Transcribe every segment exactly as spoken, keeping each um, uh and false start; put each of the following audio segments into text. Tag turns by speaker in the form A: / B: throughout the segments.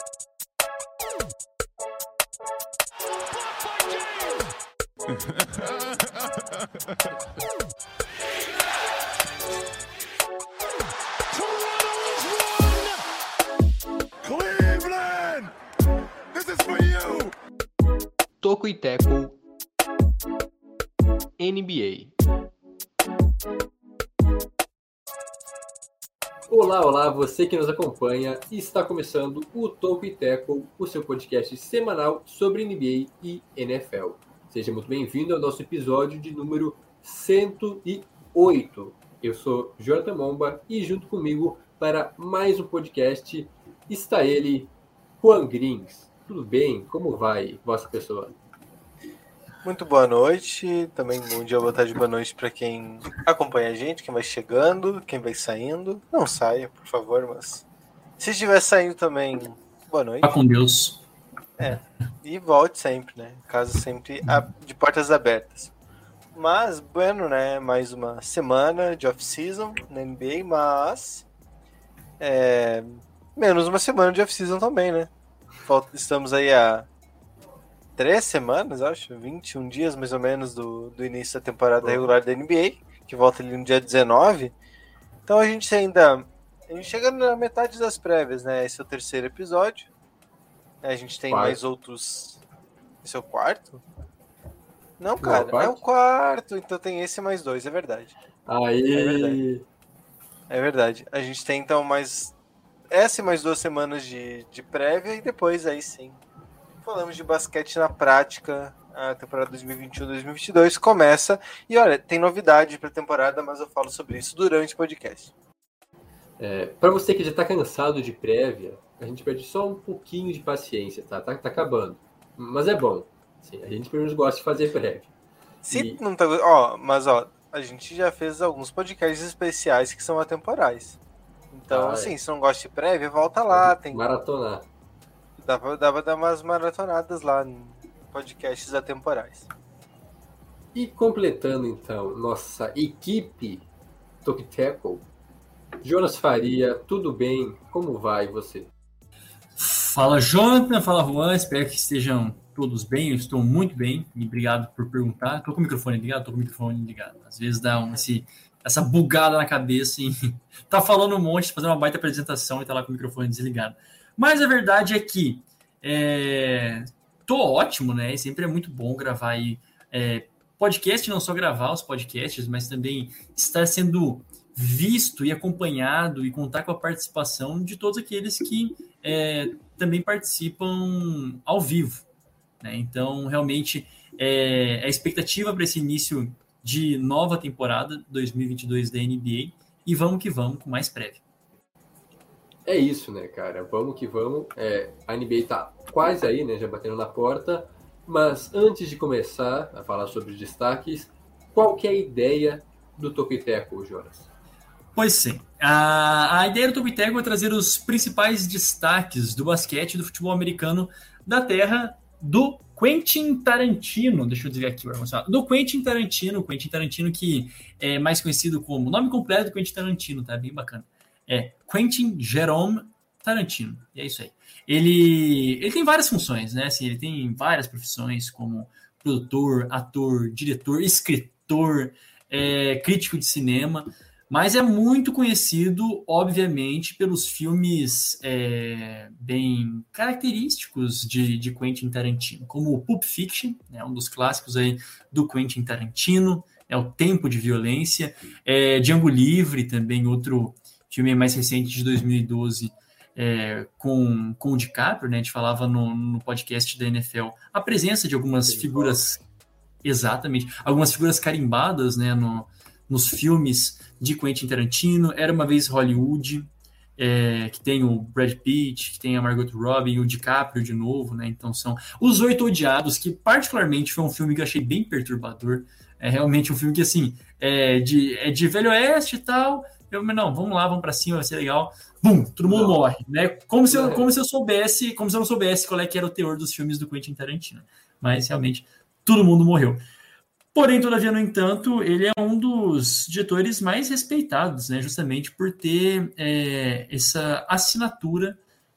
A: Cleveland, this is for you.
B: Toco e Tackle N B A. Olá, olá, você que nos acompanha. Está começando o Toco e Tackle, o seu podcast semanal sobre N B A e N F L. Seja muito bem-vindo ao nosso episódio de número cento e oito. Eu sou Jonathan Momba e junto comigo para mais um podcast está ele, Juan Grins. Tudo bem? Como vai, vossa pessoa?
C: Muito boa noite, também bom dia, boa tarde, boa noite para quem acompanha a gente, quem vai chegando, quem vai saindo. Não saia, por favor, mas se estiver saindo também, boa noite.
D: Vá com Deus.
C: É, e volte sempre, né? Casa sempre de portas abertas. Mas, bueno, né? Mais uma semana de off-season na N B A, mas é, menos uma semana de off-season também, né? Estamos aí a três semanas, acho, vinte e um dias mais ou menos do, do início da temporada regular da N B A, que volta ali no dia dezenove. Então a gente ainda a gente chega na metade das prévias, né? Esse é o terceiro episódio. A gente tem
B: Quarto.
C: mais outros. Esse é o quarto? Não, cara,
B: Não,
C: é o quarto, então tem esse mais dois, é verdade.
B: Aí.
C: É verdade. É verdade. A gente tem então mais essa e mais duas semanas de, de prévia e depois aí sim falamos de basquete na prática. A temporada dois mil e vinte e um dois mil e vinte e dois começa. E olha, tem novidade para a temporada, mas eu falo sobre isso durante o podcast.
B: É, para você que já está cansado de prévia, a gente pede só um pouquinho de paciência, tá? Tá, tá acabando. Mas é bom. Assim, a gente pelo menos gosta de fazer prévia.
C: Se
B: E...
C: não tá. Ó, mas ó, a gente já fez alguns podcasts especiais que são atemporais. Então,
B: Ah,
C: assim,
B: é.
C: se não gosta de prévia, volta lá. Tem...
B: Maratonar.
C: Dá pra, dá pra dar umas maratonadas lá em podcasts atemporais.
B: E completando então nossa equipe Toco e Tackle, Jonas Faria, tudo bem? Como vai você?
D: Fala, Jonathan, fala, Juan, espero que estejam todos bem, eu estou muito bem, e obrigado por perguntar. Estou com o microfone ligado? Estou com o microfone ligado. Às vezes dá um, esse, essa bugada na cabeça e tá falando um monte, fazendo uma baita apresentação e tá lá com o microfone desligado. Mas a verdade é que é, tô ótimo, né? E sempre é muito bom gravar aí é, podcast, não só gravar os podcasts, mas também estar sendo visto e acompanhado e contar com a participação de todos aqueles que é, também participam ao vivo, né? Então, realmente, é, a expectativa para esse início de nova temporada dois mil e vinte e dois da N B A e vamos que vamos com mais prévia.
B: É isso, né, cara? Vamos que vamos. É, a N B A tá quase aí, né? Já batendo na porta. Mas antes de começar a falar sobre os destaques, qual que é a ideia do Toco e Tackle, Jonas?
D: Pois sim. A, a ideia do Toco e Tackle é trazer os principais destaques do basquete e do futebol americano da terra do Quentin Tarantino. Deixa eu desviar aqui, do Quentin Tarantino. Quentin Tarantino, que é mais conhecido como... O nome completo do Quentin Tarantino, tá? Bem bacana. É Quentin Jerome Tarantino. E é isso aí. Ele, ele tem várias funções, né? Assim, ele tem várias profissões, como produtor, ator, diretor, escritor, é, crítico de cinema, mas é muito conhecido, obviamente, pelos filmes é, bem característicos de, de Quentin Tarantino, como o Pulp Fiction, né, um dos clássicos aí do Quentin Tarantino, é o Tempo de Violência, é, Django Livre, também outro filme mais recente de dois mil e doze, é, com, com o DiCaprio, né? A gente falava no, no podcast da N F L a presença de algumas
B: Sim,
D: figuras, exatamente, algumas figuras carimbadas, né, no, nos filmes de Quentin Tarantino. Era Uma Vez Hollywood, é, que tem o Brad Pitt, que tem a Margot Robbie, o DiCaprio de novo, né? Então são Os Oito Odiados, que particularmente foi um filme que eu achei bem perturbador. É realmente um filme que, assim, é de, é de Velho Oeste e tal. Eu, não, vamos lá, vamos pra cima, vai ser legal. Bum, todo mundo não. morre, né? Como se, eu, como se eu soubesse, como se eu não soubesse qual é que era o teor dos filmes do Quentin Tarantino. Mas, realmente, todo mundo morreu. Porém, todavia, no entanto, ele é um dos diretores mais respeitados, né? Justamente por ter é, essa assinatura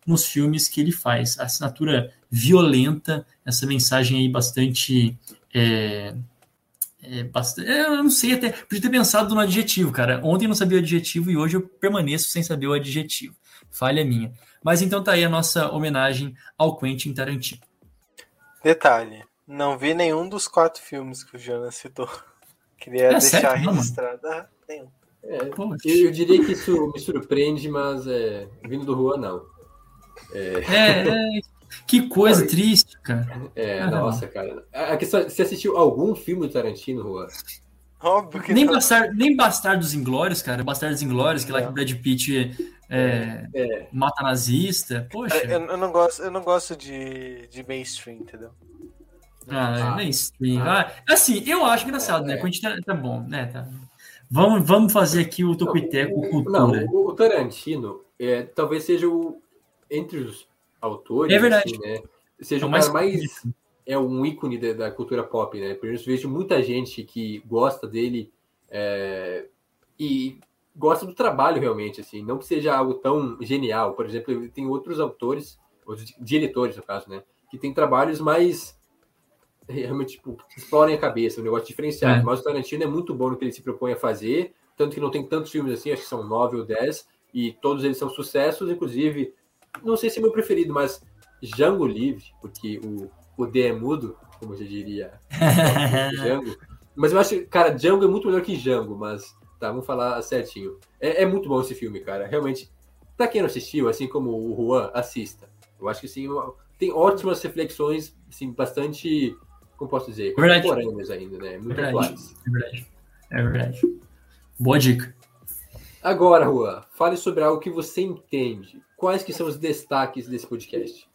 D: nos filmes que ele faz. A assinatura violenta, essa mensagem aí bastante... É, é, bastante eu não sei até... Podia ter pensado no adjetivo, cara. Ontem eu não sabia o adjetivo e hoje eu permaneço sem saber o adjetivo. Falha minha. Mas então tá aí a nossa homenagem ao Quentin Tarantino.
C: Detalhe, não vi nenhum dos quatro filmes que o Jonas citou. Queria
D: É,
C: deixar
D: sério? Não,
C: registrado. Ah, nenhum.
B: É,
D: Poxa.
B: eu, eu diria que isso me surpreende, mas é, vindo do Juan, não. É,
D: É, é, que coisa
B: Não,
D: triste, cara.
B: é,
D: Ah,
B: nossa, cara. A a questão, você assistiu algum filme do Tarantino, Juan?
C: Óbvio que
D: Nem,
C: não.
D: Bastar, nem Bastardos Inglórios, cara. Bastardos Inglórios, que lá que o
C: Não.
D: Brad Pitt é,
B: É,
D: mata nazista. Poxa.
C: Eu, eu não gosto, eu não gosto de, de mainstream, entendeu?
D: Ah,
B: Ah,
D: nem stream.
B: ah.
D: Ah, assim, eu acho engraçado,
B: É,
D: né?
B: é.
D: Quando a gente tá, tá bom, né? Tá. Vamos, vamos fazer aqui o
B: Não,
D: Tocoiteco
B: o, não,
D: Cultura.
B: o, o Tarantino é, talvez seja o, entre os autores,
D: É verdade.
B: assim, né? Seja
D: É
B: o
D: o mais
B: cara mais.
D: bonito.
B: É um ícone da, da cultura pop, né? Por isso vejo muita gente que gosta dele é, e gosta do trabalho realmente, assim. Não que seja algo tão genial. Por exemplo, tem outros autores, outros diretores, no caso, né? Que tem trabalhos mais. Realmente, tipo, explorem a cabeça, um negócio diferenciado.
D: É.
B: Mas o Tarantino é muito bom no que ele se propõe a fazer, tanto que não tem tantos filmes assim, acho que são nove ou dez, e todos eles são sucessos, inclusive, não sei se é meu preferido, mas Django Livre, porque o, o D é mudo, como já diria o Django. Mas eu acho que, cara, Django é muito melhor que Django, mas tá, vamos falar certinho. É, é muito bom esse filme, cara. Realmente, pra quem não assistiu, assim como o Juan, assista. Eu acho que sim, tem ótimas reflexões, assim, bastante... Como posso dizer?
D: Verdade.
B: Contemporâneas ainda, né? Muito
D: Verdade.
B: atuais.
D: É verdade. É verdade. Boa dica.
B: Agora, Juan, fale sobre algo que você entende. Quais que são os destaques desse podcast?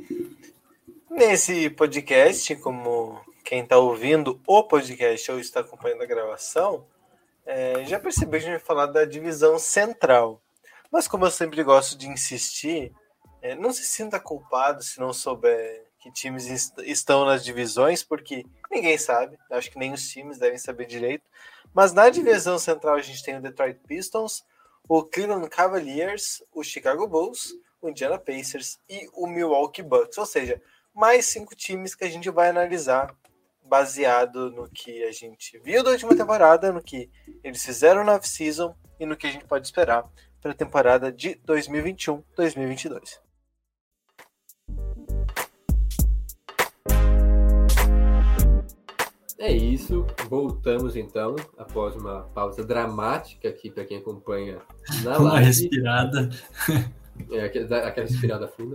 C: Nesse podcast, como quem está ouvindo o podcast ou está acompanhando a gravação, é, já percebeu que a gente vai falar da divisão central. Mas como eu sempre gosto de insistir, é, não se sinta culpado se não souber que times est- estão nas divisões, porque ninguém sabe. Acho que nem os times devem saber direito. Mas na divisão central a gente tem o Detroit Pistons, o Cleveland Cavaliers, o Chicago Bulls, o Indiana Pacers e o Milwaukee Bucks. Ou seja, mais cinco times que a gente vai analisar baseado no que a gente viu da última temporada, no que eles fizeram na off-season e no que a gente pode esperar para a temporada de dois mil e vinte e um, dois mil e vinte e dois.
B: É isso, voltamos então, após uma pausa dramática aqui para quem acompanha na
D: Uma
B: live.
D: respirada.
B: É, aquela aquela respirada funda.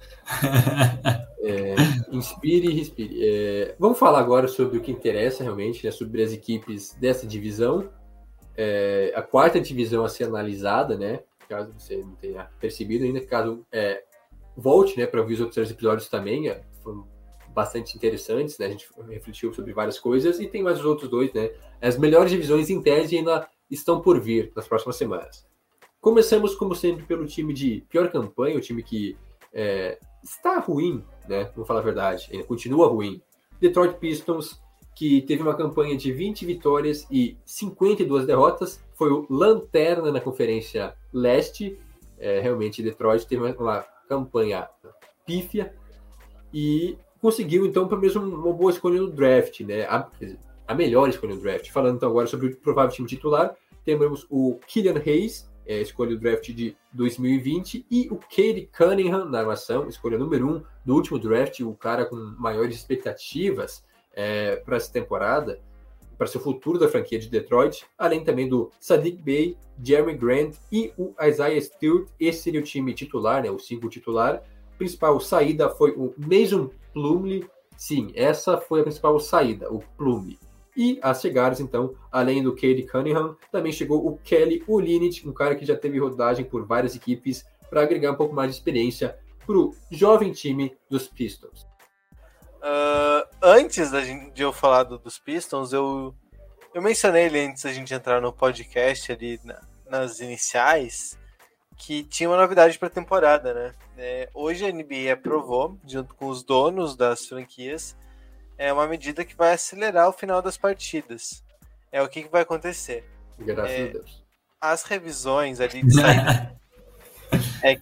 B: É, inspire e respire. É, vamos falar agora sobre o que interessa realmente, né, sobre as equipes dessa divisão. É, a quarta divisão a ser analisada, né? Caso você não tenha percebido ainda, caso é, volte, né, para ouvir os outros episódios também, é, foram bastante interessantes, né? A gente refletiu sobre várias coisas e tem mais os outros dois, né? As melhores divisões em tese ainda estão por vir nas próximas semanas. Começamos, como sempre, pelo time de pior campanha, o time que é, está ruim, né? Vamos falar a verdade, ainda continua ruim. Detroit Pistons, que teve uma campanha de vinte vitórias e cinquenta e duas derrotas, foi o lanterna na Conferência Leste. É, realmente, Detroit teve uma, uma campanha pífia e conseguiu, então, pelo menos uma boa escolha no draft, né? A, a melhor escolha no draft. Falando então agora sobre o provável time titular, temos o Killian Hayes, é, escolha do draft de dois mil e vinte, e o Cade Cunningham na armação, escolha número um do último draft, o cara com maiores expectativas é, para essa temporada, para ser o futuro da franquia de Detroit, além também do Sadiq Bey, Jeremy Grant e o Isaiah Stewart. Esse seria o time titular, né, o cinco titular. A principal saída foi o Mason Plumlee. Sim, essa foi a principal saída, o Plumlee. E as chegadas, então, além do Cade Cunningham, também chegou o Kelly Olynyk, um cara que já teve rodagem por várias equipes, para agregar um pouco mais de experiência para o jovem time dos Pistons.
C: Uh, antes da gente, de eu falar do, dos Pistons, eu, eu mencionei ele antes da gente entrar no podcast ali na, nas iniciais, que tinha uma novidade para a temporada, né? É, hoje a N B A aprovou, junto com os donos das franquias, é uma medida que vai acelerar o final das partidas. É o que, que vai acontecer.
B: Graças
C: é,
B: a Deus.
C: As revisões ali de saída, equipes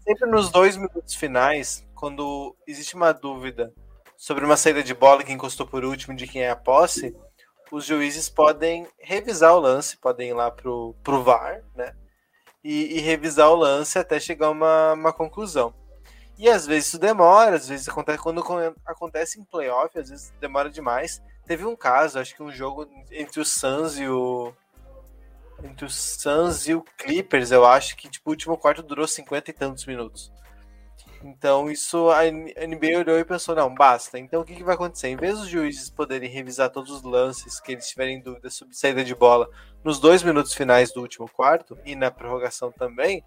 C: sempre nos dois minutos finais, quando existe uma dúvida sobre uma saída de bola que encostou por último de quem é a posse, os juízes podem revisar o lance, podem ir lá pro, pro V A R, né? E, e revisar o lance até chegar a uma, uma conclusão. E às vezes isso demora, às vezes acontece quando acontece em playoff, às vezes demora demais. Teve um caso, acho que um jogo entre o Suns e o entre o Suns e o Clippers, eu acho que tipo, o último quarto durou cinquenta e tantos minutos. Então isso a N B A olhou e pensou, não, basta. Então o que, que vai acontecer? Em vez dos juízes poderem revisar todos os lances que eles tiverem dúvidas sobre saída de bola nos dois minutos finais do último quarto e na prorrogação também,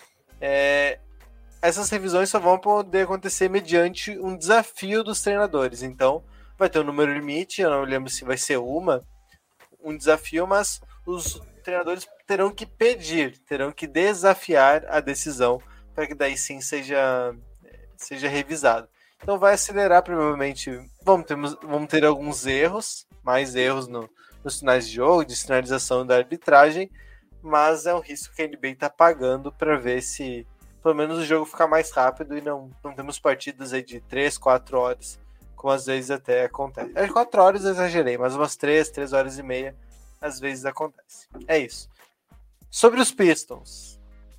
C: é, essas revisões só vão poder acontecer mediante um desafio dos treinadores. Então vai ter um número limite, eu não lembro se vai ser uma, um desafio, mas os treinadores terão que pedir, terão que desafiar a decisão para que daí sim seja, seja revisado. Então vai acelerar, provavelmente, vamos ter, vamos ter alguns erros, mais erros no, nos finais de jogo, de sinalização da arbitragem, mas é um risco que a N B A está pagando para ver se pelo menos o jogo ficar mais rápido e não, não temos partidas aí de três, quatro horas, como às vezes até acontece. É quatro horas eu exagerei, mas umas três, três horas e meia às vezes acontece. É isso. Sobre os Pistons.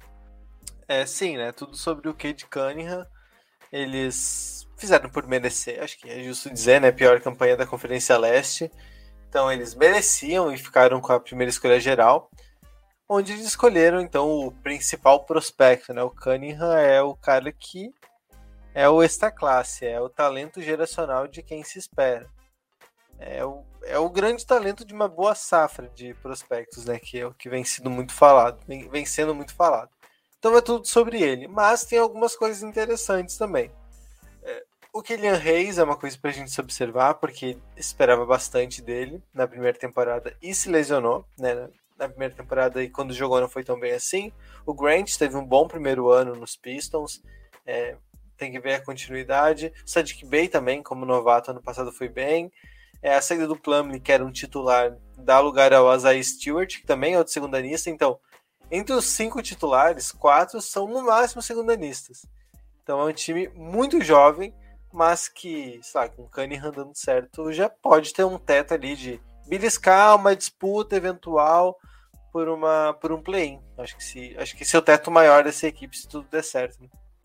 C: É, sim, né? Tudo sobre o Cade Cunningham. Eles fizeram por merecer, acho que é justo dizer, né? Pior campanha da Conferência Leste. Então eles mereciam e ficaram com a primeira escolha geral, onde eles escolheram então o principal prospecto, né? O Cunningham é o cara que é o extra classe, é o talento geracional de quem se espera. É o, é o grande talento de uma boa safra de prospectos, né? Que é o que vem sendo muito falado, vem, vem sendo muito falado. Então é tudo sobre ele, mas tem algumas coisas interessantes também. É, o Killian Hayes é uma coisa pra gente se observar, porque esperava bastante dele na primeira temporada e se lesionou, né? Na primeira temporada e quando jogou não foi tão bem assim. O Grant teve um bom primeiro ano nos Pistons, é, tem que ver a continuidade. O Saddiq Bey também, como novato, ano passado foi bem. É, a saída do Plumlee, que era um titular, dá lugar ao Isaiah Stewart, que também é outro segundanista. Então, entre os cinco titulares, quatro são no máximo segundanistas. Então é um time muito jovem, mas que, sei lá, com o Cunningham dando certo, já pode ter um teto ali de beliscar uma disputa eventual por, uma, por um play-in. Acho que, se, acho que esse é o teto maior dessa equipe, se tudo der certo. Né?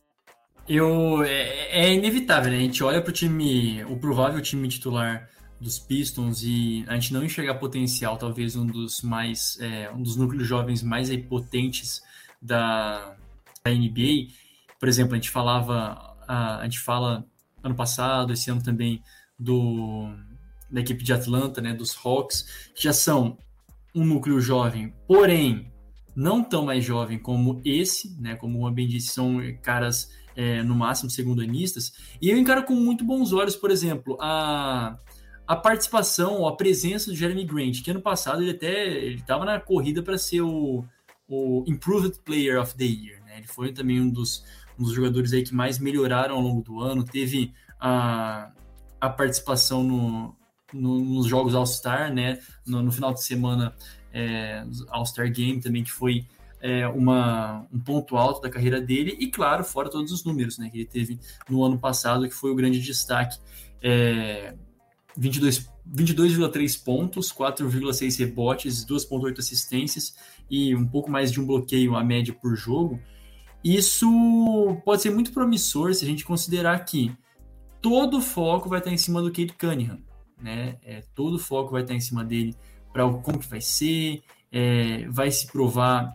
D: Eu, é, é inevitável, né? A gente olha para o time, o provável time titular dos Pistons e a gente não enxergar potencial, talvez um dos mais, é, um dos núcleos jovens mais aí, potentes da, da N B A. Por exemplo, a gente falava, a, a gente fala ano passado, esse ano também do da equipe de Atlanta, né, dos Hawks, que já são um núcleo jovem, porém não tão mais jovem como esse, né, como uma bem disse, são caras é, no máximo segundanistas, e eu encaro com muito bons olhos, por exemplo, a a participação, a presença do Jeremy Grant, que ano passado ele até estava na corrida para ser o, o Improved Player of the Year. Né? Ele foi também um dos, um dos jogadores aí que mais melhoraram ao longo do ano. Teve a, a participação no, no, nos jogos All-Star, né? no, no final de semana é, All-Star Game também, que foi é, uma, um ponto alto da carreira dele. E, claro, fora todos os números, né, que ele teve no ano passado, que foi o grande destaque. É, vinte e dois vírgula três pontos, quatro vírgula seis rebotes, duas vírgula oito assistências e um pouco mais de um bloqueio a média por jogo. Isso pode ser muito promissor se a gente considerar que todo o foco vai estar em cima do Cade Cunningham, né? É, todo o foco vai estar em cima dele para como que vai ser, é, vai se provar.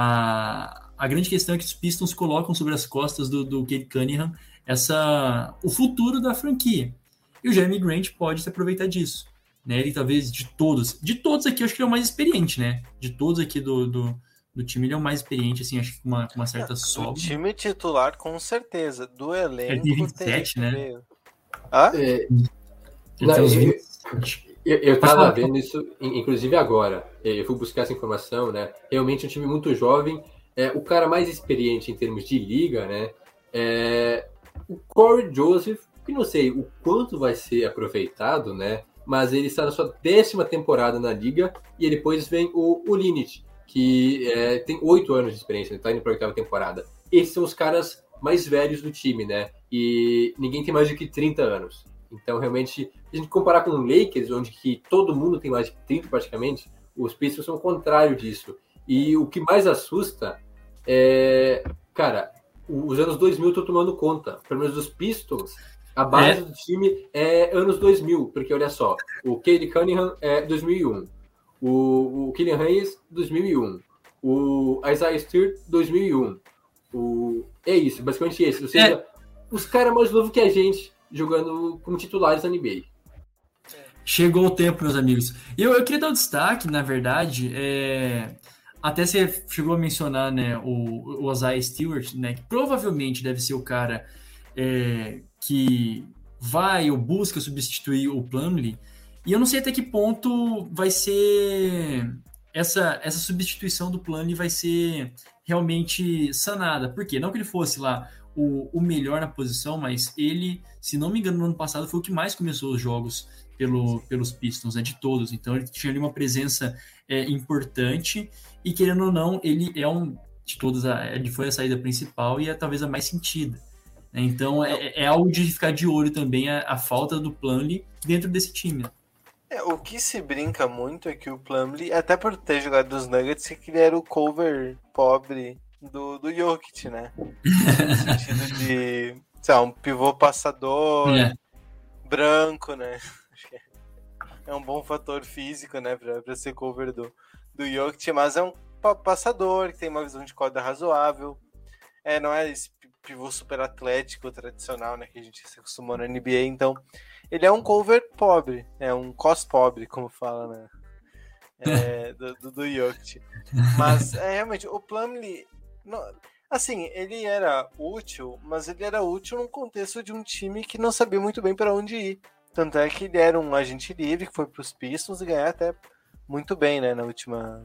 D: A, a grande questão é que os Pistons colocam sobre as costas do, do Cade Cunningham essa, o futuro da franquia. E o Jeremy Grant pode se aproveitar disso. Né? Ele talvez de todos, de todos aqui, eu acho que ele é o mais experiente, né? De todos aqui do, do, do time, ele é o mais experiente, assim, acho que com uma, uma certa sobra.
C: Do time titular, com certeza. Do elenco...
D: Ele tem vinte e sete, né?
C: Ver. Ah?
B: É,
D: ele
B: não,
D: tem uns
B: eu,
D: vinte e sete.
B: Eu, eu tava vendo isso, inclusive agora. Eu fui buscar essa informação, né? Realmente é um time muito jovem. É, o cara mais experiente em termos de liga, né? É o Corey Joseph, que não sei o quanto vai ser aproveitado, né? Mas ele está na sua décima temporada na liga e depois vem o, o Linit, que é, tem oito anos de experiência, está indo para a oitava temporada. Esses são os caras mais velhos do time, né? E ninguém tem mais do que trinta anos. Então, realmente, se a gente comparar com o Lakers, onde que todo mundo tem mais de trinta praticamente, os Pistons são o contrário disso. E o que mais assusta é... Cara, os anos dois mil estão tomando conta. Pelo menos dos Pistons, a base é. do time é anos dois mil. Porque, olha só, o Cade Cunningham é dois mil e um. O, o Killian Hayes, dois mil e um. O Isaiah Stewart, dois mil e um. O... É isso, basicamente esse. Ou seja, é. os caras mais novos que a gente jogando como titulares na N B A.
D: Chegou o tempo, meus amigos. Eu, eu queria dar um destaque, na verdade, é... até você chegou a mencionar, né, o, o Isaiah Stewart, né, que provavelmente deve ser o cara é, que vai ou busca substituir o Plumlee. E eu não sei até que ponto vai ser essa, essa substituição do Plumlee vai ser realmente sanada. Por quê? Não que ele fosse lá o, o melhor na posição, mas ele, se não me engano, no ano passado foi o que mais começou os jogos pelo, pelos Pistons, né, de todos. Então ele tinha ali uma presença é, importante e, querendo ou não, ele é um de todas, ele foi a saída principal e é talvez a mais sentida. Então é, é algo de ficar de olho também a, a falta do Plumlee dentro desse time.
C: É, o que se brinca muito é que o Plumlee, até por ter jogado dos Nuggets, que ele era o cover pobre do, do Jokic, né? No sentido de, sei lá, um pivô passador, é. branco, né? Acho que é um bom fator físico, né, pra, pra ser cover do, do Jokic, mas é um passador que tem uma visão de quadra razoável. É, não é esse pivô super atlético tradicional, né, que a gente se acostumou na N B A, então ele é um cover pobre, é um cos pobre, como fala, né, é, do, do, do Jokic. Mas, é, realmente, o Plumlee, não, assim, ele era útil, mas ele era útil num contexto de um time que não sabia muito bem para onde ir. Tanto é que ele era um agente livre, que foi para os Pistons e ganhar até muito bem, né, na última,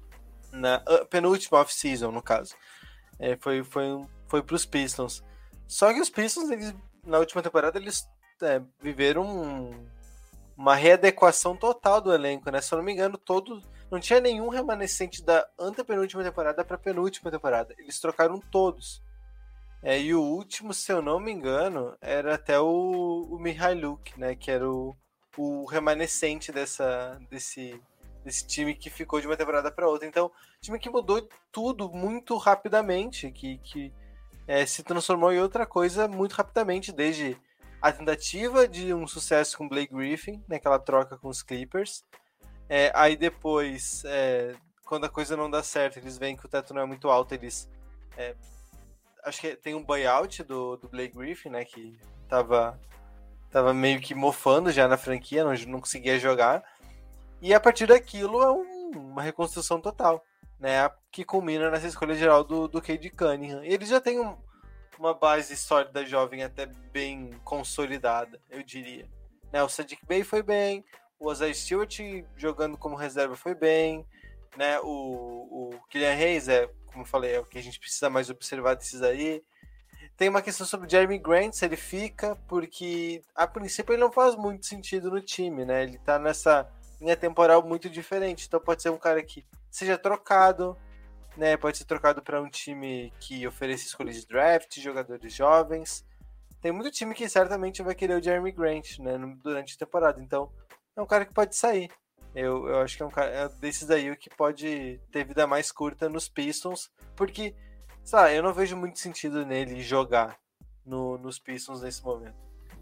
C: na uh, penúltima off-season, no caso. É, foi, foi, foi para os Pistons. Só que os Pistons, eles, na última temporada, eles é, viveram um, uma readequação total do elenco, né? Se eu não me engano, todo, não tinha nenhum remanescente da antepenúltima temporada para a penúltima temporada. Eles trocaram todos. É, e o último, se eu não me engano, era até o, o Mihailuk, né? Que era o, o remanescente dessa, desse... desse time que ficou de uma temporada para outra. Então, time que mudou tudo muito rapidamente, que, que é, se transformou em outra coisa muito rapidamente, desde a tentativa de um sucesso com Blake Griffin, naquela troca com os Clippers, é, aí depois, é, quando a coisa não dá certo, eles veem que o teto não é muito alto, eles... É, acho que tem um buyout do, do Blake Griffin, né, que tava, tava meio que mofando já na franquia, não, não conseguia jogar. E a partir daquilo é um, uma reconstrução total, né? Que culmina nessa escolha geral do, do Cade Cunningham. E eles já têm um, uma base sólida jovem até bem consolidada, eu diria. Né? O Sadiq Bey foi bem, o Isaiah Stewart jogando como reserva foi bem, né? O, o Killian Hayes, é, como eu falei, é o que a gente precisa mais observar desses aí. Tem uma questão sobre o Jeremy Grant, se ele fica, porque a princípio ele não faz muito sentido no time, né? Ele tá nessa linha temporal muito diferente, então pode ser um cara que seja trocado, né? Pode ser trocado para um time que ofereça escolhas de draft, jogadores jovens. Tem muito time que certamente vai querer o Jeremy Grant, né, durante a temporada, então é um cara que pode sair. Eu, eu acho que é um cara é desses daí o que pode ter vida mais curta nos Pistons, porque, sei lá, eu não vejo muito sentido nele jogar no, nos Pistons nesse momento.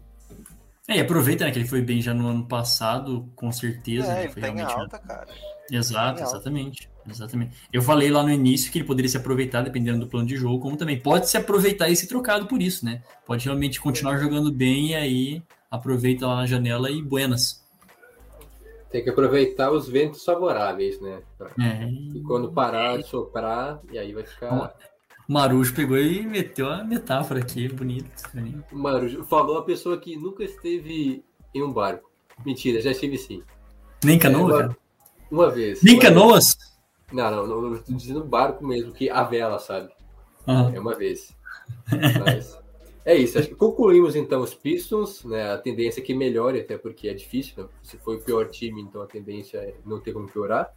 D: É, e aproveita, né, que ele foi bem já no ano passado, com certeza.
C: É,
D: né,
C: ele
D: foi
C: tá em
D: realmente...
C: alta, cara.
D: Exato, exatamente, exatamente. Eu falei lá no início que ele poderia se aproveitar, dependendo do plano de jogo, como também pode se aproveitar e ser trocado por isso, né? Pode realmente continuar jogando bem e aí aproveita lá na janela e buenas.
B: Tem que aproveitar os ventos favoráveis, né?
D: É.
B: E quando parar de soprar, e aí vai ficar...
D: O Marujo pegou e meteu a metáfora aqui, bonito.
B: O Marujo falou a pessoa que nunca esteve em um barco. Mentira, já estive sim.
D: Nem canoa,
B: é, uma,
D: cara?
B: Uma vez.
D: Nem
B: uma
D: canoas?
B: Vez. Não, não, não, estou dizendo barco mesmo, que a vela, sabe?
D: Uhum.
B: É uma vez. Mas é isso, acho que concluímos então os Pistons, né? A tendência é que melhore, até porque é difícil, né? Se foi o pior time, então a tendência é não ter como piorar.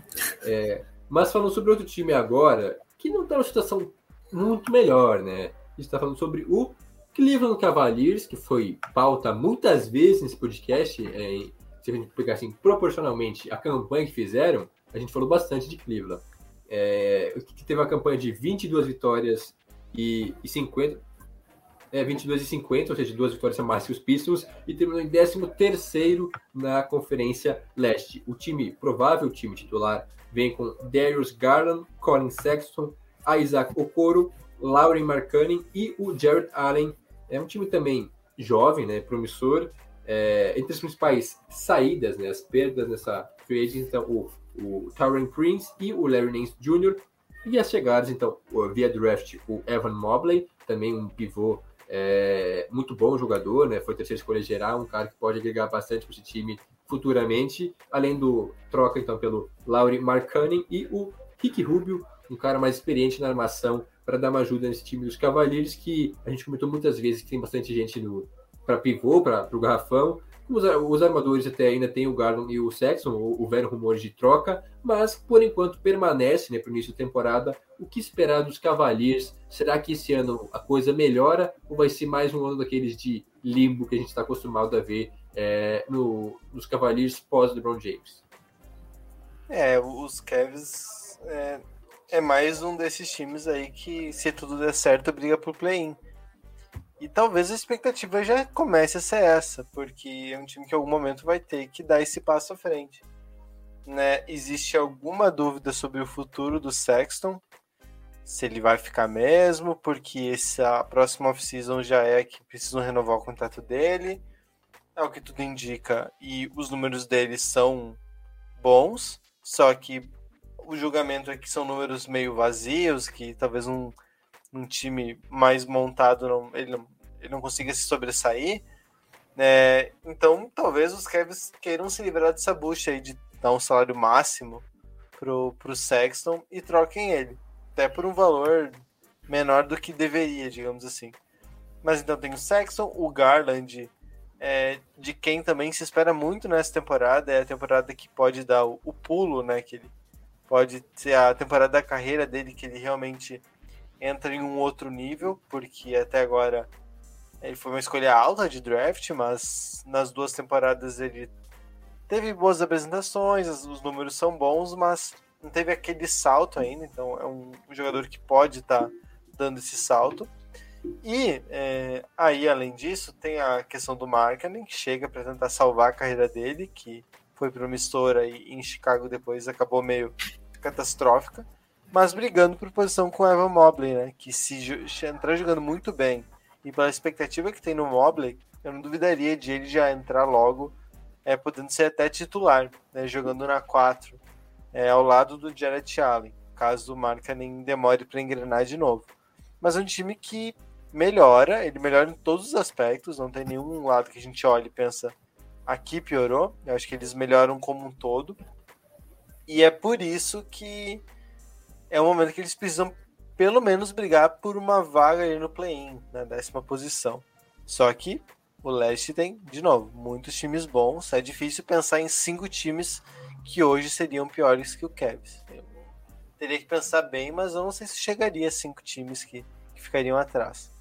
B: É, mas falando sobre outro time agora, que não está numa situação muito melhor, né? gente está falando sobre o Cleveland Cavaliers, que foi pauta muitas vezes nesse podcast. É, se a gente pegar assim, proporcionalmente a campanha que fizeram, a gente falou bastante de Cleveland. É, que teve uma campanha de vinte e duas vitórias e, e cinquenta, é, vinte e dois e cinquenta, ou seja, duas vitórias a mais que os Pistons, e terminou em décimo terceiro na Conferência Leste. O time, provável time titular, vem com Darius Garland, Colin Sexton, Isaac Okoro, Lauri Markkanen e o Jarrett Allen. É um time também jovem, né, promissor. É, entre as principais saídas, né, as perdas nessa free agent, então o, o Taurean Prince e o Larry Nance Júnior E as chegadas, então, via draft, o Evan Mobley, também um pivô é, muito bom jogador, né, foi terceira escolha geral, um cara que pode agregar bastante para esse time futuramente, além do troca, então, pelo Lauri Markkanen e o Ricky Rubio, um cara mais experiente na armação, para dar uma ajuda nesse time dos Cavaliers, que a gente comentou muitas vezes que tem bastante gente para pivô, para o garrafão. Os, os armadores até ainda tem o Garland e o Sexton, o, o velho rumor de troca, mas por enquanto permanece, né, para o início da temporada. O que esperar dos Cavaliers? Será que esse ano a coisa melhora ou vai ser mais um ano daqueles de limbo que a gente está acostumado a ver é, no, nos Cavaliers pós-LeBron James?
C: É, os Cavs é, é mais um desses times aí que, se tudo der certo, briga por play-in. E talvez a expectativa já comece a ser essa, porque é um time que em algum momento vai ter que dar esse passo à frente. Né? Existe alguma dúvida sobre o futuro do Sexton? Se ele vai ficar mesmo, porque essa próxima off-season já é que precisam renovar o contrato dele. É o que tudo indica, e os números dele são bons, só que o julgamento é que são números meio vazios, que talvez um um time mais montado, não, ele, não, ele não consiga se sobressair, né? Então talvez os Cavs queiram se livrar dessa bucha aí de dar um salário máximo pro, pro Sexton e troquem ele, até por um valor menor do que deveria, digamos assim. Mas então tem o Sexton, o Garland, é, de quem também se espera muito nessa temporada, é a temporada que pode dar o, o pulo, né? Que ele pode ser a temporada da carreira dele, que ele realmente entra em um outro nível, porque até agora ele foi uma escolha alta de draft, mas nas duas temporadas ele teve boas apresentações, os números são bons, mas não teve aquele salto ainda, então é um jogador que pode estar tá dando esse salto. E é, aí, além disso, tem a questão do Markkanen, que chega para tentar salvar a carreira dele, que foi promissora e em Chicago depois acabou meio catastrófica, mas brigando por posição com o Evan Mobley, né? Que se entrar jogando muito bem e pela expectativa que tem no Mobley, eu não duvidaria de ele já entrar logo, é, podendo ser até titular, né? Jogando na quatro, é, ao lado do Jarrett Allen, caso o Markkanen demore para engrenar de novo. Mas é um time que melhora, ele melhora em todos os aspectos, não tem nenhum lado que a gente olhe e pensa, aqui piorou. Eu acho que eles melhoram como um todo, e é por isso que é um momento que eles precisam pelo menos brigar por uma vaga aí no play-in, na décima posição. Só que o leste tem, de novo, muitos times bons. É difícil pensar em cinco times que hoje seriam piores que o Cavs. Eu teria que pensar bem, mas eu não sei se chegaria a cinco times que, que ficariam atrás.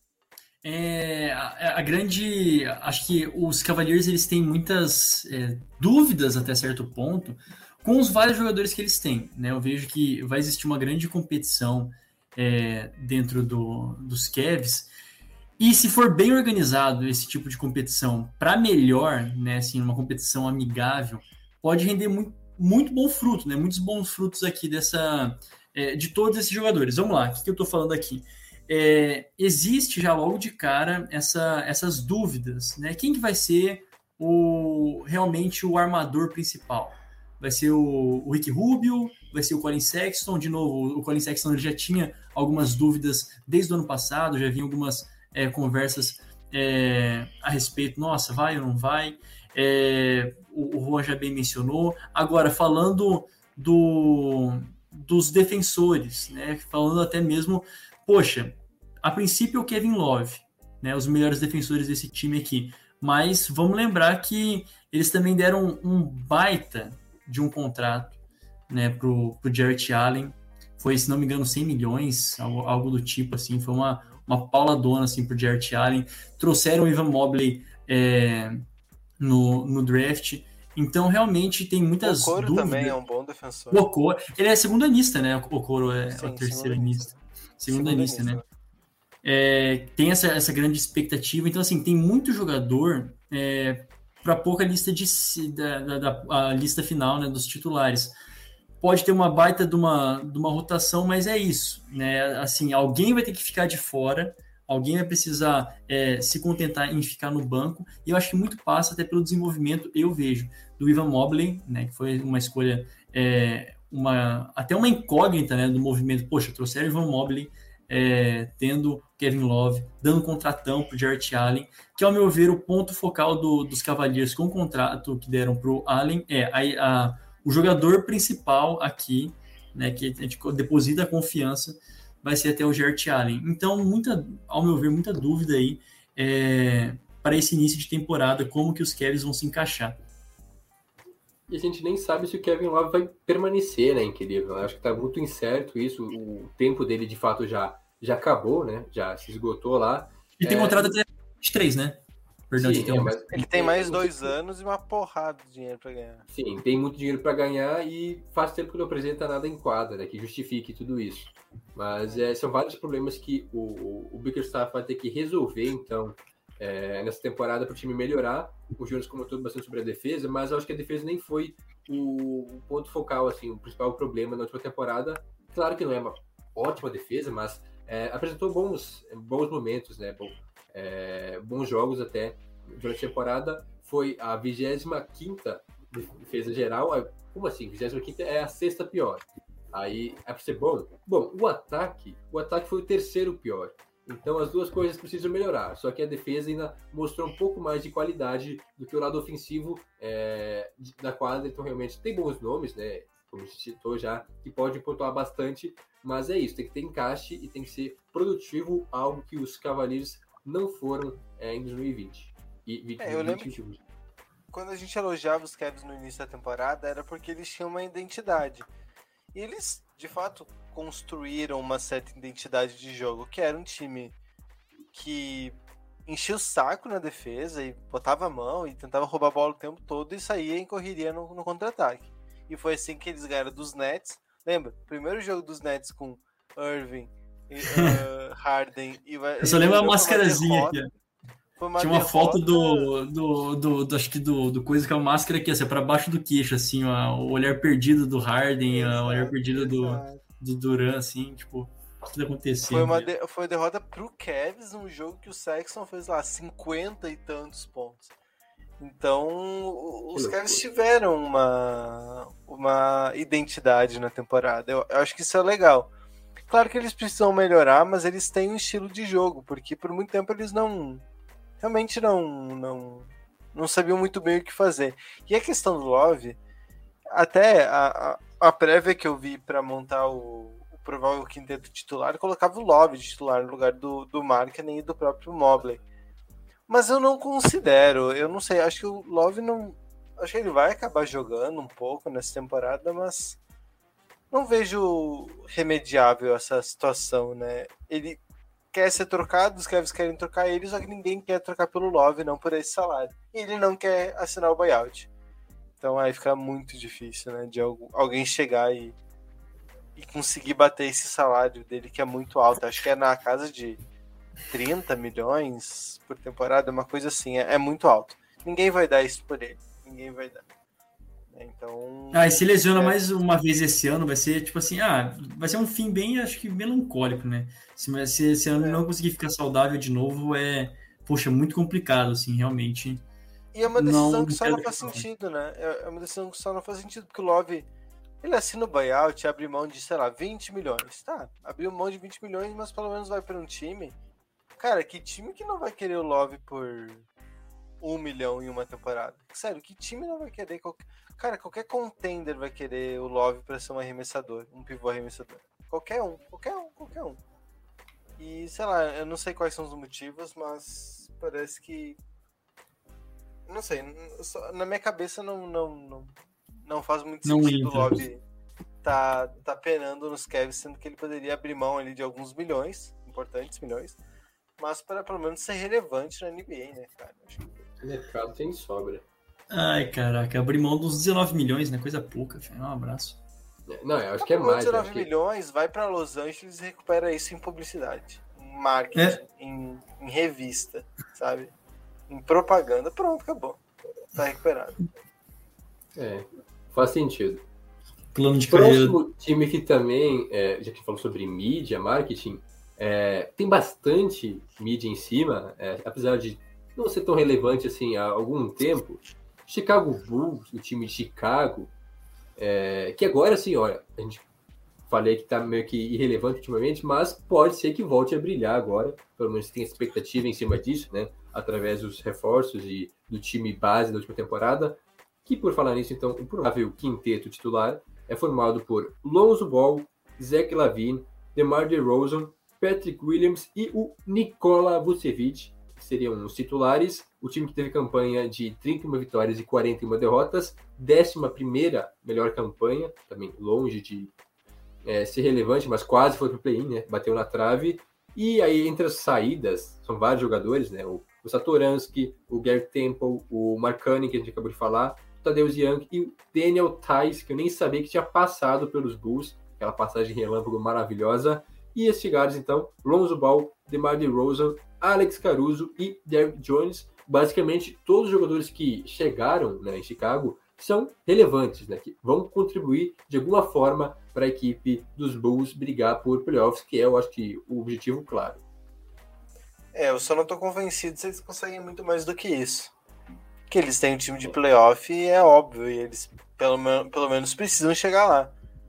D: É, a, a grande... Acho que os Cavaliers eles têm muitas é, dúvidas até certo ponto, com os vários jogadores que eles têm, né? Eu vejo que vai existir uma grande competição é, dentro do, dos Cavs, e se for bem organizado esse tipo de competição para melhor, né? Assim, uma competição amigável, pode render muito, muito bom fruto, né? Muitos bons frutos aqui dessa, é, de todos esses jogadores. Vamos lá, o que, que eu estou falando aqui? É, existe já logo de cara essa, essas dúvidas, né? Quem que vai ser o, realmente o armador principal? Vai ser o, o Ricky Rubio, vai ser o Colin Sexton. De novo, o Colin Sexton ele já tinha algumas dúvidas desde o ano passado, já vinha algumas é, conversas é, a respeito, nossa, vai ou não vai? É, o, o Juan já bem mencionou. Agora, falando do, dos defensores, né? Falando até mesmo, poxa, a princípio o Kevin Love, né? Os melhores defensores desse time aqui. Mas vamos lembrar que eles também deram um baita de um contrato, né, pro, pro Jarrett Allen. Foi, se não me engano, cem milhões, algo, algo do tipo, assim. Foi uma, uma pauladona assim, pro Jarrett Allen. Trouxeram o Evan Mobley é, no, no draft. Então, realmente, tem muitas
C: o Okoro
D: dúvidas.
C: também é um bom defensor.
D: O Okoro, ele é segundo anista, né? O Okoro é
C: Sim,
D: o terceiro
C: anista.
D: anista. Segundo anista, né?
C: né?
D: É, tem essa, essa grande expectativa. Então, assim, tem muito jogador é, para pouca lista de da, da, da a lista final, né, dos titulares. Pode ter uma baita de uma, de uma rotação, mas é isso, né? Assim, alguém vai ter que ficar de fora, alguém vai precisar é, se contentar em ficar no banco, e eu acho que muito passa até pelo desenvolvimento, eu vejo, do Evan Mobley, né, que foi uma escolha, é, uma, até uma incógnita, né, do movimento. Poxa, trouxeram o Evan Mobley, é, tendo Kevin Love, dando contratão para o Jarrett Allen, que, ao meu ver, o ponto focal do, dos Cavaliers com o contrato que deram para o Allen é a, a, o jogador principal aqui, né, que a gente deposita a confiança, vai ser até o Jarrett Allen. Então, muita, ao meu ver, muita dúvida aí é, para esse início de temporada, como que os Cavs vão se encaixar.
B: E a gente nem sabe se o Kevin Love vai permanecer, né, em Cleveland. Eu acho que está muito incerto isso. O tempo dele, de fato, já, já acabou, né? Já se esgotou lá.
D: Ele
B: é...
D: tem contrato até vinte e três, né? Perdão,
B: Sim,
D: de ter um...
C: mas ele tem mais dois anos e uma porrada de dinheiro para ganhar.
B: Sim, tem muito dinheiro para ganhar e faz tempo que não apresenta nada em quadra, né, que justifique tudo isso. Mas é, são vários problemas que o, o, o Bickerstaff vai ter que resolver, então, é, nessa temporada para o time melhorar. O Jonas comentou bastante sobre a defesa, mas eu acho que a defesa nem foi o, o ponto focal, assim, o principal problema na última temporada. Claro que não é uma ótima defesa, mas é, apresentou bons, bons momentos, né, bom, é, bons jogos até durante a temporada. Foi a vigésima quinta defesa geral. Como assim? vigésima quinta é a sexta pior. Aí é para ser bom. Bom, o ataque, o ataque foi o terceiro pior. Então as duas coisas precisam melhorar. Só que a defesa ainda mostrou um pouco mais de qualidade do que o lado ofensivo é, da quadra. Então realmente tem bons nomes, né? Como a gente citou já, que pode pontuar bastante. Mas é isso, tem que ter encaixe e tem que ser produtivo, algo que os Cavaliers não foram é, em dois mil e vinte. E vinte,
C: é, eu lembro
B: vinte e um.
C: que quando a gente elogiava os Cavs no início da temporada era porque eles tinham uma identidade. E eles, de fato, construíram uma certa identidade de jogo, que era um time que enchia o saco na defesa e botava a mão e tentava roubar a bola o tempo todo e saía em correria no, no contra-ataque. E foi assim que eles ganharam dos Nets. Lembra? Primeiro jogo dos Nets com Irving, e, uh, Harden e...
D: Eu só lembro a mascarazinha aqui.
C: Uma
D: Tinha uma
C: derrota...
D: foto do, do, do, do, acho que do, do coisa que é uma máscara aqui, assim, para baixo do queixo, assim, ó, o olhar perdido do Harden, exato, o olhar perdido do, do Durant, assim, tipo, o que tá acontecendo?
C: Foi uma de, foi derrota pro Cavs, um jogo que o Sexton fez lá cinquenta e tantos pontos. Então, os Cavs tiveram uma, uma identidade na temporada. Eu, eu acho que isso é legal. Claro que eles precisam melhorar, mas eles têm um estilo de jogo, porque por muito tempo eles não... realmente não, não, não sabiam muito bem o que fazer. E a questão do Love, até a, a, a prévia que eu vi para montar o, o provável quinteto titular, colocava o Love de titular no lugar do, do Markkanen e do próprio Mobley. Mas eu não considero, eu não sei, acho que o Love não... acho que ele vai acabar jogando um pouco nessa temporada, mas não vejo remediável essa situação, né? Ele quer ser trocado, os Cavs querem trocar ele, só que ninguém quer trocar pelo Love, não por esse salário. E ele não quer assinar o buyout. Então aí fica muito difícil, né, de alguém chegar e, e conseguir bater esse salário dele, que é muito alto. Acho que é na casa de trinta milhões por temporada, uma coisa assim, é, é muito alto. Ninguém vai dar isso por ele, ninguém vai dar. Então...
D: Ah, e se lesiona é... mais uma vez esse ano, vai ser tipo assim, ah, vai ser um fim bem, acho que melancólico, né? Se esse ano é. não conseguir ficar saudável de novo, é, poxa, muito complicado, assim, realmente.
C: E é uma decisão não, que só não faz sentido, né? É uma decisão que só não faz sentido, porque o Love, ele assina o buyout, abre mão de, sei lá, vinte milhões. Tá, abriu mão de vinte milhões, mas pelo menos vai para um time. Cara, que time que não vai querer o Love por um milhão em uma temporada? Sério, que time não vai querer... Qualquer... Cara, qualquer contender vai querer o Love para ser um arremessador, um pivô arremessador. Qualquer um, qualquer um, qualquer um. E, sei lá, eu não sei quais são os motivos, mas parece que... Não sei, na minha cabeça não, não, não, não faz muito
D: não
C: sentido
D: entra.
C: O Love tá, tá penando nos Cavs, sendo que ele poderia abrir mão ali de alguns milhões, importantes milhões, mas para pelo menos ser relevante na N B A, né, cara? Acho que...
B: O mercado tem sobra.
D: Ai, caraca, abrir mão dos dezenove milhões, né? Coisa pouca, filho. Um abraço.
B: Não, eu acho que é
C: Com
B: mais. eu
C: dezenove
B: acho que-
C: milhões, vai para Los Angeles e recupera isso em publicidade, em marketing,
D: É.
C: em, em revista, sabe? Em propaganda. Pronto, acabou. Tá recuperado.
B: É, faz sentido.
D: Plano de carreira.
B: Próximo time que também, é, já que falou sobre mídia, marketing, é, tem bastante mídia em cima, é, apesar de não ser tão relevante assim há algum tempo. Chicago Bulls, o time de Chicago, é, que agora sim, olha, a gente falei que tá meio que irrelevante ultimamente, mas pode ser que volte a brilhar agora, pelo menos tem expectativa em cima disso, né, através dos reforços e do time base da última temporada, que por falar nisso, então, o provável quinteto titular é formado por Lonzo Ball, Zach LaVine, DeMar DeRozan, Patrick Williams e o Nikola Vucevic, que seriam os titulares. O time que teve campanha de trinta e uma vitórias e quarenta e uma derrotas, décima primeira melhor campanha, também longe de é, ser relevante, mas quase foi para o play-in, né? Bateu na trave. E aí, entre as saídas, são vários jogadores, né? O, o Satoransky, o Gary Temple, o Marcani, que a gente acabou de falar, o Tadeusz Young e o Daniel Theis, que eu nem sabia que tinha passado pelos Bulls, aquela passagem relâmpago maravilhosa. E esses caras, então, Lonzo Ball, DeMar DeRozan, Alex Caruso e Derrick Jones, basicamente todos os jogadores que chegaram, né, em Chicago são relevantes, né, que vão contribuir de alguma forma para a equipe dos Bulls brigar por playoffs, que é, eu acho que, o objetivo claro.
C: É, eu só não tô convencido se eles conseguem muito mais do que isso. Que eles têm um time de playoff e é óbvio, e eles pelo, men- pelo menos precisam chegar lá.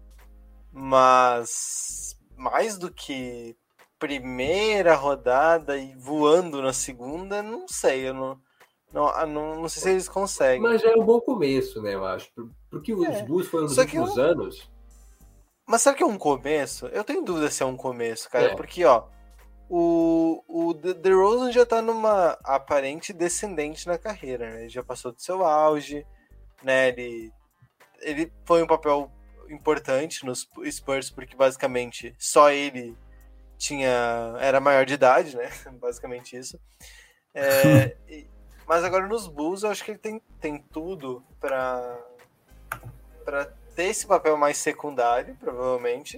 C: Mas mais do que primeira rodada e voando na segunda, não sei, eu não, não, não, não sei se eles conseguem.
B: Mas já é um bom começo, né, eu acho, porque os
C: É,
B: Bulls foram nos
C: só que
B: últimos
C: eu-
B: anos...
C: Mas será que é um começo? Eu tenho dúvida se é um começo, cara,
B: É.
C: porque, ó, o, o The- DeRozan já tá numa aparente descendente na carreira, né? Ele já passou do seu auge, né? Ele, ele foi um papel importante nos Spurs, porque basicamente só ele tinha era maior de idade, né? Basicamente isso. É, e- mas agora nos Bulls eu acho que ele tem, tem tudo pra, pra ter esse papel mais secundário, provavelmente.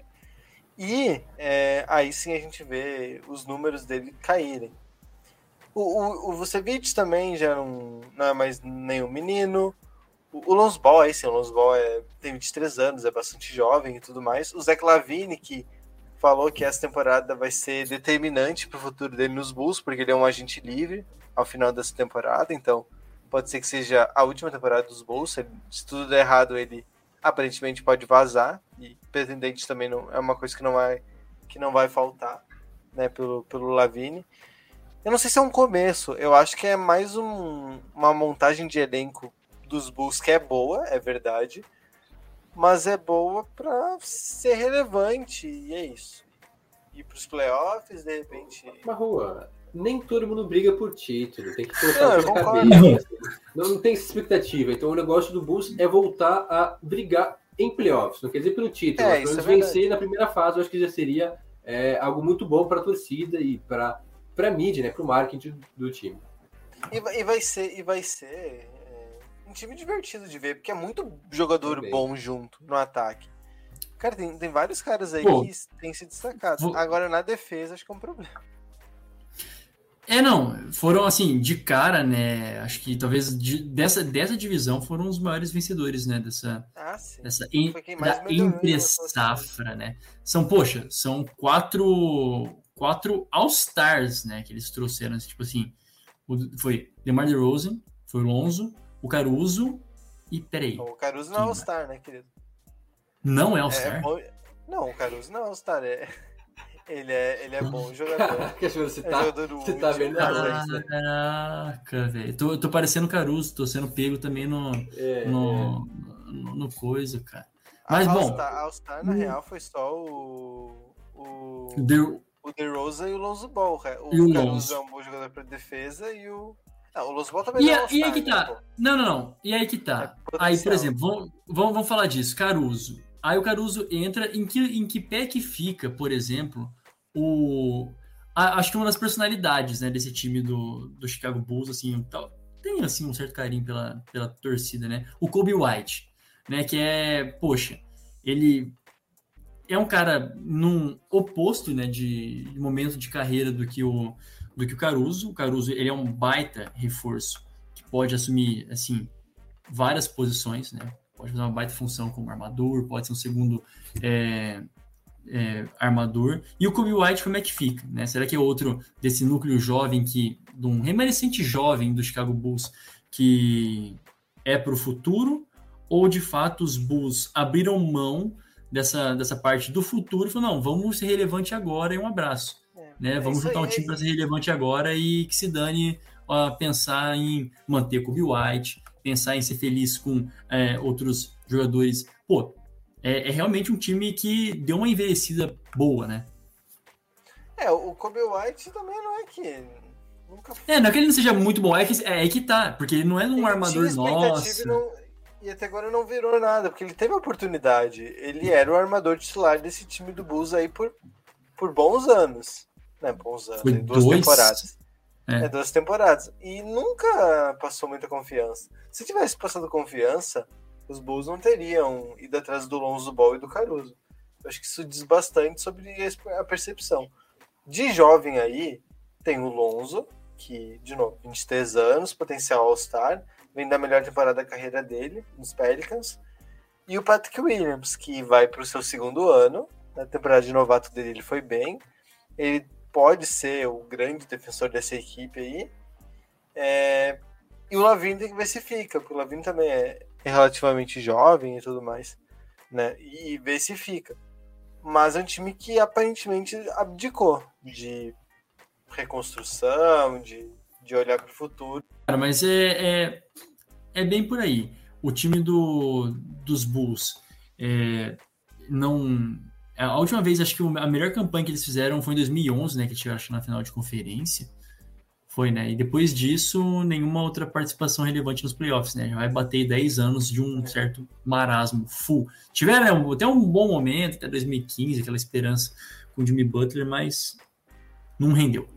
C: E é, aí sim a gente vê os números dele caírem. O, o, o Vucevic também já não, não é mais nenhum menino. O, o Lonzo Ball, aí sim, o Lonzo Ball é, tem vinte e três anos, é bastante jovem e tudo mais. O Zach LaVine, que falou que essa temporada vai ser determinante para o futuro dele nos Bulls, porque ele é um agente livre ao final dessa temporada, então pode ser que seja a última temporada dos Bulls. Se, se tudo der errado, ele aparentemente pode vazar, e pretendente também não, é uma coisa que não vai, que não vai faltar, né, pelo, pelo LaVine. Eu não sei se é um começo, eu acho que é mais um, uma montagem de elenco dos Bulls que é boa, é verdade, mas é boa para ser relevante, e é isso. Ir para os playoffs, de repente...
B: Mas, Rua, nem todo mundo briga por título, tem que colocar
C: Não, eu
B: isso na
C: concordo.
B: cabeça. Não, não tem essa expectativa. Então, o negócio do Bulls é voltar a brigar em playoffs. Não quer dizer pelo título,
C: É,
B: mas pelo
C: isso
B: menos
C: é
B: vencer na primeira fase. Eu acho que já seria é, algo muito bom para a torcida e para a mídia, né, para o marketing do time.
C: E vai, e vai ser, e vai ser é, um time divertido de ver, porque é muito jogador
B: Também.
C: bom junto no ataque. Cara, tem, tem vários caras aí
D: Pô,
C: que têm se destacado.
D: vou-
C: Agora, na defesa, acho que é um problema.
D: É, não, foram assim, de cara, né? Acho que talvez de- dessa, dessa divisão foram os maiores vencedores, né? Dessa,
C: Ah, sim.
D: dessa en-
C: Foi quem mais
D: da
C: melhorou em
D: entre
C: relação a
D: safra, né? São, poxa, são quatro, quatro All-Stars, né? Que eles trouxeram, tipo assim, o- foi DeMar DeRozan, foi o Lonzo, o Caruso e, peraí,
C: O Caruso não é
D: Quem
C: All-Star, né, querido?
D: não é
C: É
D: All-Star?
C: bom... Não, o Caruso não é All-Star. É... Ele, é, ele é bom jogador.
B: Caraca, você
C: É
B: tá,
C: jogador
B: você
C: útil,
B: tá vendo
C: mas
B: a
C: é-
B: lista.
D: Caraca, velho. Tô, tô parecendo Caruso, tô sendo pego também no,
B: É,
D: no, no, no coisa, cara. Mas,
C: a
D: bom,
C: All-Star, All-Star, na real, foi só o... O...
D: deu,
C: O DeRozan e o Lonzo Ball. O,
D: E o
C: Caruso
D: Lonzo.
C: é um bom jogador para defesa e o... Não, o Lonzo Ball também
D: E,
C: não é
D: a-
C: All-Star,
D: e aí que
C: né,
D: tá.
C: pô?
D: Não, não, não. E aí que tá.
C: É
D: Aí, por
C: potencial.
D: exemplo, vamos, vamos, vamos falar disso. Caruso. Aí o Caruso entra. Em que, em que pé que fica, por exemplo, o, a, acho que uma das personalidades, né, desse time do, do Chicago Bulls, assim, tal, tem assim um certo carinho pela, pela torcida, né? O Kobe White, né, que é, poxa, ele é um cara num oposto, né, de, de momento de carreira do que o do que o Caruso. O Caruso, ele é um baita reforço que pode assumir, assim, várias posições, né? Pode fazer uma baita função como armador, pode ser um segundo é, é, armador. E o Kobe White, como é que fica, né? Será que é outro desse núcleo jovem, que, de um remanescente jovem do Chicago Bulls, que é para o futuro? Ou, de fato, os Bulls abriram mão dessa, dessa parte do futuro e falaram, não, vamos ser relevante agora e um abraço. É, né? É vamos juntar um time para ser relevante agora e que se dane a pensar em manter Kobe White, pensar em ser feliz com é, outros jogadores. Pô, é, é realmente um time que deu uma envelhecida boa, né?
C: É, o Kobe White também não é que... Nunca...
D: É, não é que ele não seja muito bom, é que, é, é que tá, porque ele não é um ele armador nosso.
C: E, não, e até agora não virou nada, porque ele teve a oportunidade. Ele era o armador titular desse time do Bulls aí por, por bons anos. Né, bons anos,
D: Foi
C: duas
D: dois...
C: temporadas.
D: É.
C: é, duas temporadas. E nunca passou muita confiança. Se tivesse passado confiança, os Bulls não teriam ido atrás do Lonzo Ball e do Caruso. Eu acho que isso diz bastante sobre a percepção. De jovem aí, tem o Lonzo, que, de novo, vinte e três anos, potencial All-Star, vem da melhor temporada da carreira dele, nos Pelicans. E o Patrick Williams, que vai para o seu segundo ano. Na temporada de novato dele, ele foi bem. Ele pode ser o grande defensor dessa equipe aí. É... E o Lavine que ver se fica, porque o Lavine também é, é relativamente jovem e tudo mais, né? E ver se fica. Mas é um time que aparentemente abdicou de reconstrução, de, de olhar para o futuro.
D: Cara, mas é, é, é bem por aí. O time do, dos Bulls é, não... A última vez, acho que a melhor campanha que eles fizeram foi em dois mil e onze, né? Que tiveram na final de conferência. Foi, né? E depois disso, nenhuma outra participação relevante nos playoffs, né? Já vai bater dez anos de um certo marasmo full. Tiveram até um bom momento, até dois mil e quinze, aquela esperança com o Jimmy Butler, mas não rendeu.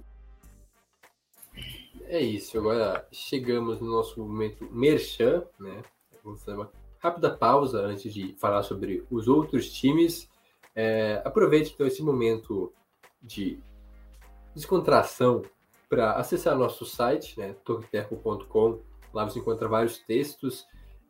B: É isso. Agora chegamos no nosso momento merchan, né? Vamos fazer uma rápida pausa antes de falar sobre os outros times. É, aproveite então esse momento de descontração para acessar nosso site, né, toquiteco ponto com. Lá você encontra vários textos,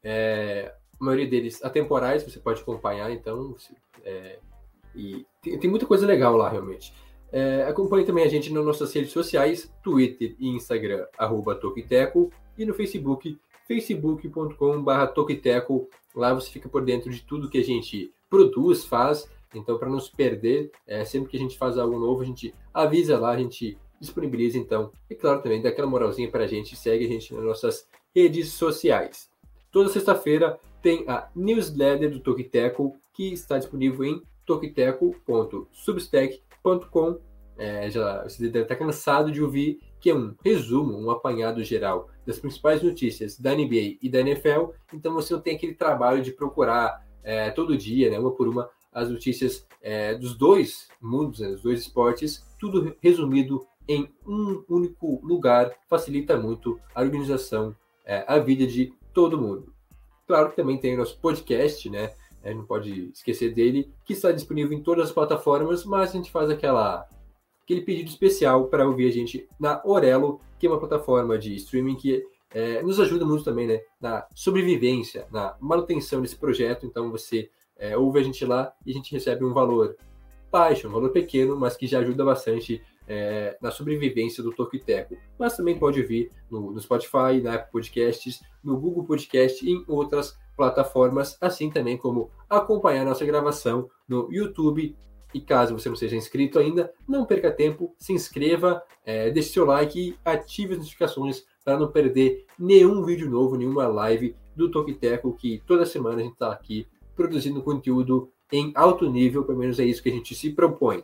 B: é, a maioria deles atemporais, você pode acompanhar, então, é, e tem, tem muita coisa legal lá, realmente. É, acompanhe também a gente nas nossas redes sociais, Twitter e Instagram, arroba Toquiteco, e no Facebook, facebook ponto com barra Toquiteco. Lá você fica por dentro de tudo que a gente produz, faz. Então, para não se perder, é, sempre que a gente faz algo novo, a gente avisa lá, a gente disponibiliza, então. E claro, também dá aquela moralzinha para a gente, segue a gente nas nossas redes sociais. Toda sexta-feira tem a newsletter do Toquiteco, que está disponível em toquiteco ponto substack ponto com. É, já, você deve estar cansado de ouvir que é um resumo, um apanhado geral das principais notícias da N B A e da N F L. Então, você não tem aquele trabalho de procurar é, todo dia, né, uma por uma, as notícias é, dos dois mundos, né, dos dois esportes, tudo resumido em um único lugar, facilita muito a organização, é, a vida de todo mundo. Claro que também tem o nosso podcast, né, é, não pode esquecer dele, que está disponível em todas as plataformas, mas a gente faz aquela, aquele pedido especial para ouvir a gente na Orelo, que é uma plataforma de streaming que é, nos ajuda muito também, né, na sobrevivência, na manutenção desse projeto. Então você É, ouve a gente lá e a gente recebe um valor baixo, um valor pequeno, mas que já ajuda bastante é, na sobrevivência do Toquiteco. Mas também pode vir no, no Spotify, na Apple Podcasts, no Google Podcast e em outras plataformas, assim também como acompanhar nossa gravação no YouTube. E caso você não seja inscrito ainda, não perca tempo, se inscreva, é, deixe seu like e ative as notificações para não perder nenhum vídeo novo, nenhuma live do Toquiteco, que toda semana a gente está aqui produzindo conteúdo em alto nível, pelo menos é isso que a gente se propõe.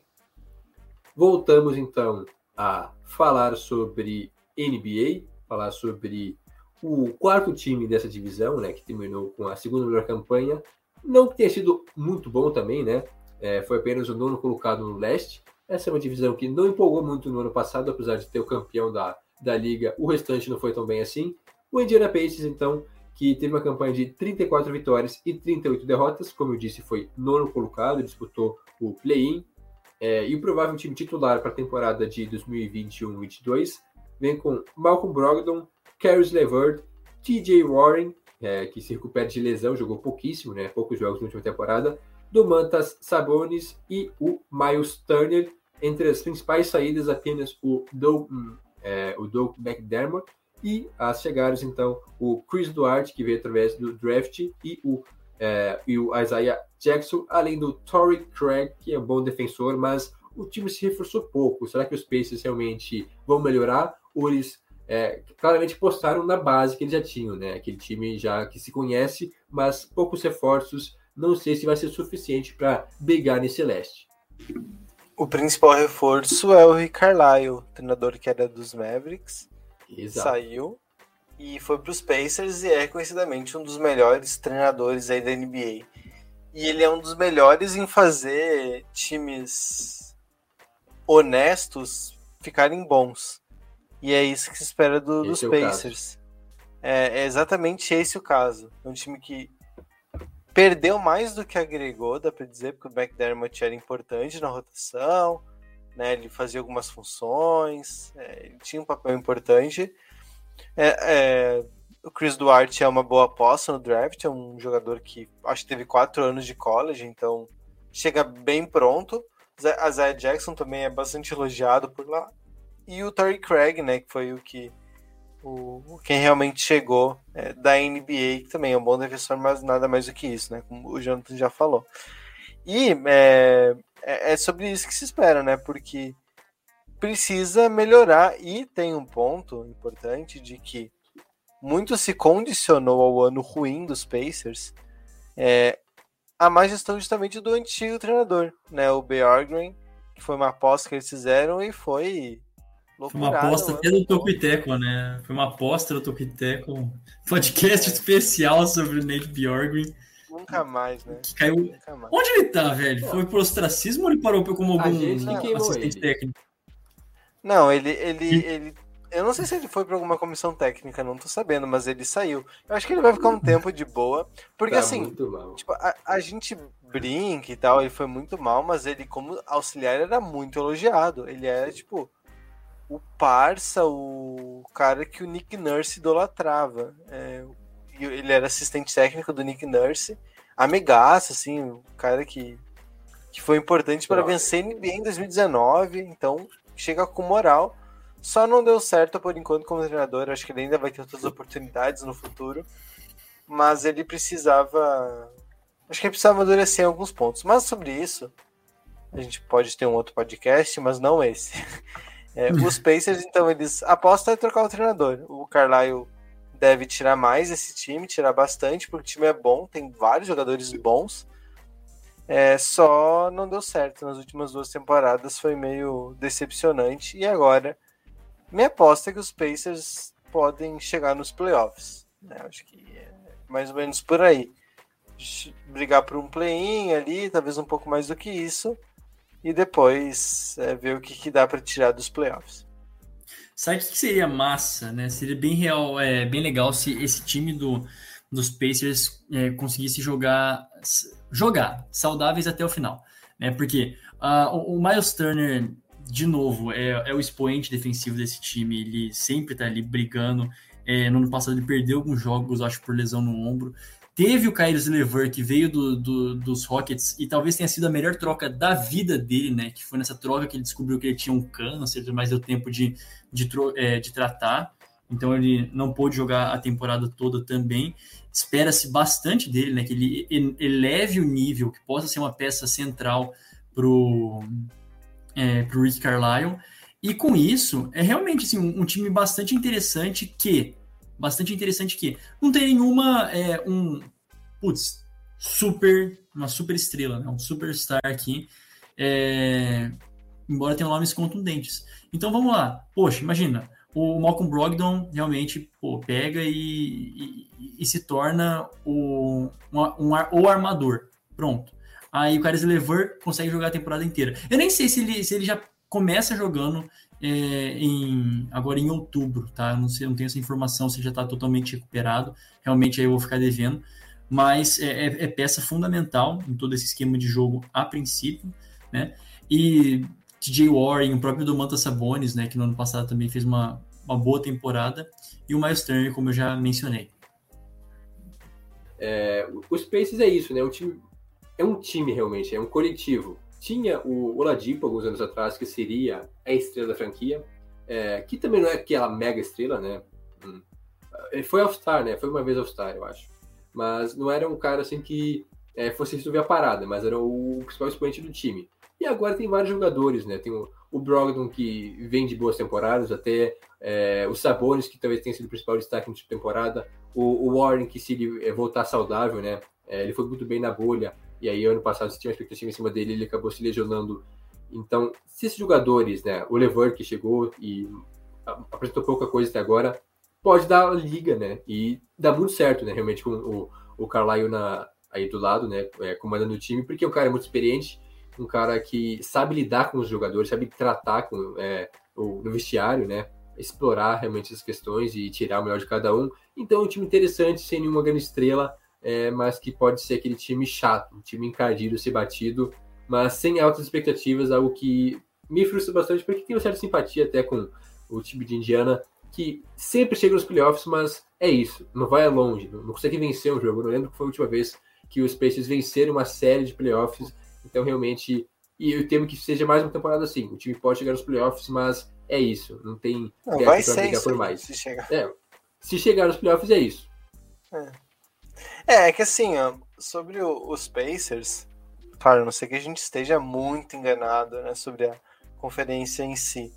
B: Voltamos então a falar sobre N B A, falar sobre o quarto time dessa divisão, né, que terminou com a segunda melhor campanha. Não que tenha sido muito bom também, né? É, foi apenas o nono colocado no leste, Essa é uma divisão que não empolgou muito no ano passado, apesar de ter o campeão da, da liga, o restante não foi tão bem assim. O Indiana Pacers, então, que teve uma campanha de trinta e quatro vitórias e trinta e oito derrotas, como eu disse, foi nono colocado, disputou o play-in, é, e o provável time titular para a temporada de dois mil e vinte e um vinte e dois vem com Malcolm Brogdon, Caris LeVert, T J Warren, é, que se recupera de lesão, jogou pouquíssimo, né, poucos jogos na última temporada, Domantas Sabonis e o Miles Turner. Entre as principais saídas, apenas o Doug, é, o Doug McDermott, e as chegadas, então, o Chris Duarte, que veio através do draft, e o, é, e o Isaiah Jackson, além do Torrey Craig, que é um bom defensor, mas o time se reforçou pouco. Será que os Pacers realmente vão melhorar? Ou eles é, claramente postaram na base que eles já tinham, né? Aquele time já que se conhece, mas poucos reforços, não sei se vai ser suficiente para brigar nesse leste.
C: O principal reforço é o Rick Carlisle, treinador que era dos Mavericks.
B: Exato.
C: Saiu e foi para os Pacers e é conhecidamente um dos melhores treinadores aí da N B A. E ele é um dos melhores em fazer times honestos ficarem bons. E é isso que se espera do, dos
B: é
C: Pacers. É, é exatamente esse o caso. É um time que perdeu mais do que agregou, dá para dizer, porque o McDermott era importante na rotação, né, ele fazia algumas funções, é, ele tinha um papel importante. É, é, o Chris Duarte é uma boa aposta no draft, é um jogador que acho que teve quatro anos de college, então chega bem pronto. A Isaiah Jackson também é bastante elogiado por lá. E o Torrey Craig, né, que foi o que o, quem realmente chegou é, da N B A, que também é um bom defensor, mas nada mais do que isso, né, como o Jonathan já falou. E é, é sobre isso que se espera, né? Porque precisa melhorar, e tem um ponto importante de que muito se condicionou ao ano ruim dos Pacers, é, a má gestão justamente do antigo treinador, né? O Bjorkgren, que foi uma aposta que eles fizeram e foi
D: Foi uma aposta até do Toco e Teco, né? Foi uma aposta do Toco e Teco, podcast é. especial sobre o Nate Bjorkgren.
C: Nunca mais, né?
D: Que caiu...
C: Nunca mais.
D: Onde ele tá, velho? Foi pro ostracismo ou ele parou como algum assistente
B: ele.
D: técnico?
C: Não, ele, ele, ele... Eu não sei se ele foi pra alguma comissão técnica, não tô sabendo, mas ele saiu. Eu acho que ele vai ficar um tempo de boa, porque
B: tá
C: assim, tipo, a, a gente brinca e tal, ele foi muito mal, mas ele como auxiliar era muito elogiado. Ele era, tipo, o parça, o cara que o Nick Nurse idolatrava. É, ele era assistente técnico do Nick Nurse, amigaço, assim, o cara que, que foi importante para vencer a N B A em dois mil e dezenove, então chega com moral. Só não deu certo por enquanto como treinador, acho que ele ainda vai ter outras oportunidades no futuro, mas ele precisava, acho que ele precisava amadurecer em alguns pontos. Mas sobre isso, a gente pode ter um outro podcast, mas não esse. É, os Pacers, então, eles apostam em trocar o treinador. O Carlisle deve tirar mais esse time, tirar bastante, porque o time é bom, tem vários jogadores bons. É, só não deu certo nas últimas duas temporadas, foi meio decepcionante. E agora, minha aposta é que os Pacers podem chegar nos playoffs. Né? Acho que é mais ou menos por aí. Brigar por um play-in ali, talvez um pouco mais do que isso. E depois é, ver o que, que dá para tirar dos playoffs.
D: Sabe o que seria massa, né? Seria bem real, é, bem legal se esse time do, dos Pacers é, conseguisse jogar, jogar saudáveis até o final. Né? Porque uh, o, o Miles Turner, de novo, é, é o expoente defensivo desse time. Ele sempre está ali brigando. É, no ano passado ele perdeu alguns jogos, acho, por lesão no ombro. Teve o Caris LeVert, que veio do, do, dos Rockets, e talvez tenha sido a melhor troca da vida dele, né? Que foi nessa troca que ele descobriu que ele tinha um câncer, mas deu tempo de, de, é, de tratar. Então ele não pôde jogar a temporada toda também. Espera-se bastante dele, né? Que ele eleve o nível, que possa ser uma peça central pro, é, pro Rick Carlisle. E com isso, é realmente assim, um, um time bastante interessante que... Bastante interessante que não tem nenhuma é, um putz, super, uma super estrela, né? Um superstar aqui, é, embora tenha nomes contundentes. Então vamos lá, poxa, imagina, o Malcolm Brogdon realmente pô, pega e, e, e se torna o, um, um, o armador, pronto. aí o Caris LeVert consegue jogar a temporada inteira. Eu nem sei se ele, se ele já começa jogando é, em, agora em outubro, tá? Eu não sei, não tenho essa informação se ele já está totalmente recuperado. Realmente aí eu vou ficar devendo. Mas é, é, é peça fundamental em todo esse esquema de jogo a princípio, né? E T J Warren, o próprio Domantas Sabonis, né, que no ano passado também fez uma, uma boa temporada, e o Miles Turner, como eu já mencionei.
B: É, os Pacers é isso, né? Um time, é um time realmente, é um coletivo. Tinha o Oladipo alguns anos atrás, que seria a estrela da franquia, é, que também não é aquela mega estrela, né? Hum. Ele foi All-Star, né? Foi uma vez All-Star, eu acho. Mas não era um cara assim que é, fosse resolver a parada, mas era o principal expoente do time. E agora tem vários jogadores, né? Tem o, o Brogdon, que vem de boas temporadas, até é, o Sabonis, que talvez tenha sido o principal destaque na temporada, o, o Warren, que se ele voltar saudável, né? É, ele foi muito bem na bolha, e aí ano passado se tinha uma expectativa em cima dele, ele acabou se lesionando. Então, se esses jogadores, né? O LeVert, que chegou e apresentou pouca coisa até agora, pode dar liga, né? E dá muito certo, né? Realmente, com o, o Carlisle na, aí do lado, né? É, comandando o time, porque o cara é muito experiente, um cara que sabe lidar com os jogadores, sabe tratar com, é, o, no vestiário, né? Explorar realmente essas questões e tirar o melhor de cada um. Então, é um time interessante, sem nenhuma grande estrela, é, mas que pode ser aquele time chato, um time encardido, ser batido, mas sem altas expectativas, algo que me frustra bastante, porque tenho uma certa simpatia até com o time de Indiana, que sempre chega nos playoffs, mas é isso, não vai longe, não consegue vencer um jogo. Eu não lembro que foi a última vez que os Pacers venceram uma série de playoffs, então realmente, e eu temo que seja mais uma temporada assim, o time pode chegar nos playoffs, mas é isso, não tem
C: não vai ser brigar por mais. Se chegar.
B: É, se chegar nos playoffs é isso.
C: É, é, é que assim, ó, sobre o, os Pacers, claro, a não sei que a gente esteja muito enganado, né, sobre a conferência em si.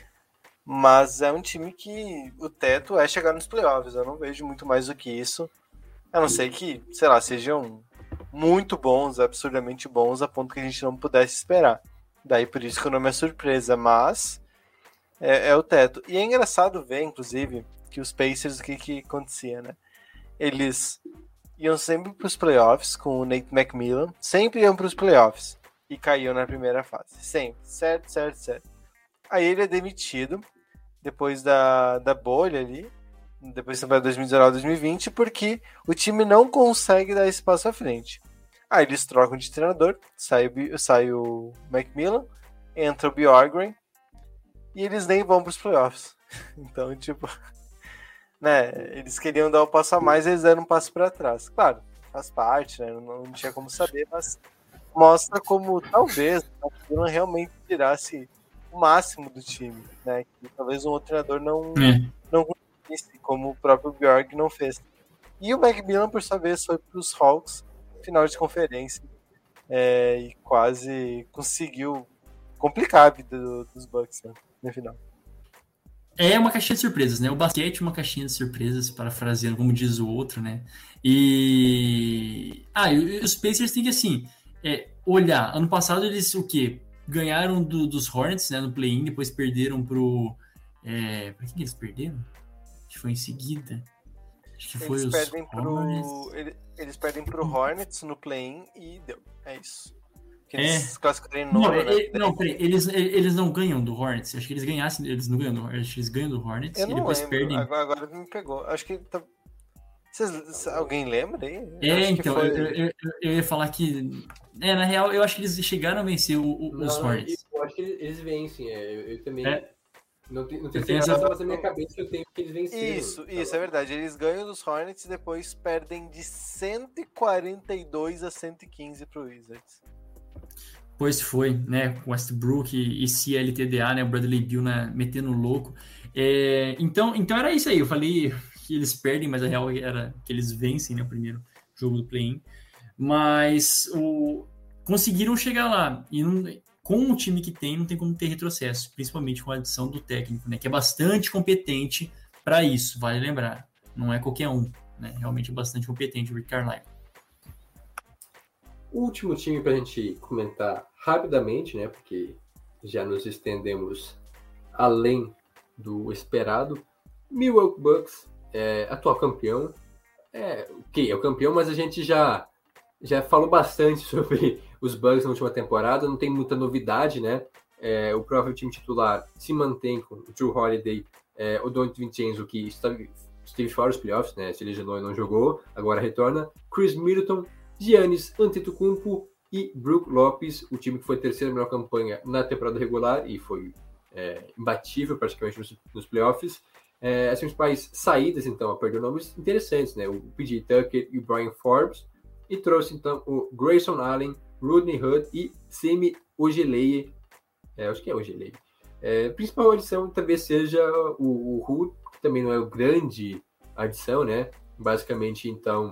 C: Mas é um time que o teto é chegar nos playoffs. Eu não vejo muito mais do que isso. A não ser que, sei lá, sejam muito bons, absurdamente bons, a ponto que a gente não pudesse esperar. Daí por isso que o nome é surpresa, mas é, é o teto. E é engraçado ver, inclusive, que os Pacers, o que, que acontecia, né? Eles iam sempre para os playoffs com o Nate McMillan, sempre iam para os playoffs e caíam na primeira fase. Sempre, certo, certo, certo. Aí ele é demitido depois da, da bolha ali, depois da temporada dois mil e dezenove, dois mil e vinte, porque o time não consegue dar esse passo à frente. Aí eles trocam de treinador, sai, sai o Macmillan, entra o Bjorkgren, e eles nem vão para os playoffs. Então, tipo, né, eles queriam dar um passo a mais, eles deram um passo para trás. Claro, faz parte, né, não, não tinha como saber, mas mostra como talvez o Macmillan realmente tirasse o máximo do time, né? Que talvez um outro treinador não, é. não conseguisse, como o próprio Bjork não fez. E o McMillan, por sua vez, foi para os Hawks, final de conferência, é, e quase conseguiu complicar a vida do, dos Bucks, né, no final.
D: É uma caixinha de surpresas, né? O basquete é uma caixinha de surpresas, parafraseando como diz o outro, né? E... Ah, e os Pacers têm que, assim, é, olhar. Ano passado eles, o quê? Ganharam do, dos Hornets, né, no play-in, depois perderam pro... É, pra quem eles perderam? Acho que foi em seguida. Acho que
C: eles
D: foi os
C: perdem
D: Hornets.
C: Pro, eles, eles perdem pro Hornets no play-in e deu. É isso. Porque
D: é.
C: eles classificaram
D: Não,
C: nono,
D: ele,
C: né?
D: não, peraí, eles, eles não ganham do Hornets. Acho que eles ganhassem, eles não ganham do Hornets. Acho que eles ganham do Hornets
C: Eu
D: e
C: não
D: depois
C: lembro.
D: perdem.
C: Agora, agora me pegou. Acho que... Tá... Vocês, alguém lembra aí?
D: É,
C: acho
D: então,
C: foi...
D: eu, eu, eu ia falar que... É, na real, eu acho que eles chegaram a vencer o, o, os
B: não,
D: Hornets.
B: Eu acho que eles vencem, é. Eu, eu também...
D: É.
B: Não, te, não tenho
D: tenho
B: certeza,
D: essa...
B: mas na minha cabeça eu tenho que eles venceram.
C: Isso, isso, é verdade. Eles ganham dos Hornets e depois perdem de cento e quarenta e dois a cento e quinze pro Wizards.
D: Pois foi, né? Westbrook e, e C L T D A, né? O Bradley Beal, né? Metendo louco. É, então, então era isso aí. Eu falei que eles perdem, mas a real era que eles vencem, né? O primeiro jogo do play-in. Mas o, conseguiram chegar lá. E não, com o time que tem, não tem como ter retrocesso. Principalmente com a adição do técnico, né? Que é bastante competente para isso, vale lembrar. Não é qualquer um, né? Realmente é bastante competente o Rick Carlisle.
B: O último time para a gente comentar rapidamente, né, porque já nos estendemos além do esperado. Milwaukee Bucks, é, atual campeão. É, ok, é o campeão, mas a gente já, já falou bastante sobre os Bucks na última temporada, não tem muita novidade, né? É, o próprio time titular se mantém com o Drew Holiday, é, o Donte DiVincenzo, que esteve, esteve fora dos playoffs, né? Se lesionou e não jogou, agora retorna. Chris Middleton, Giannis Antetokounmpo e Brook Lopes, o time que foi a terceira melhor campanha na temporada regular e foi é, imbatível praticamente nos, nos playoffs. É, as principais saídas, então, a perder nomes interessantes, né? O P J Tucker e o Brian Forbes, e trouxe, então, o Grayson Allen, Rodney Hood e Semi Ojeleye. É, acho que é Ojeleye. É, a principal adição talvez seja o, o Hood, que também não é uma grande adição, né? Basicamente, então,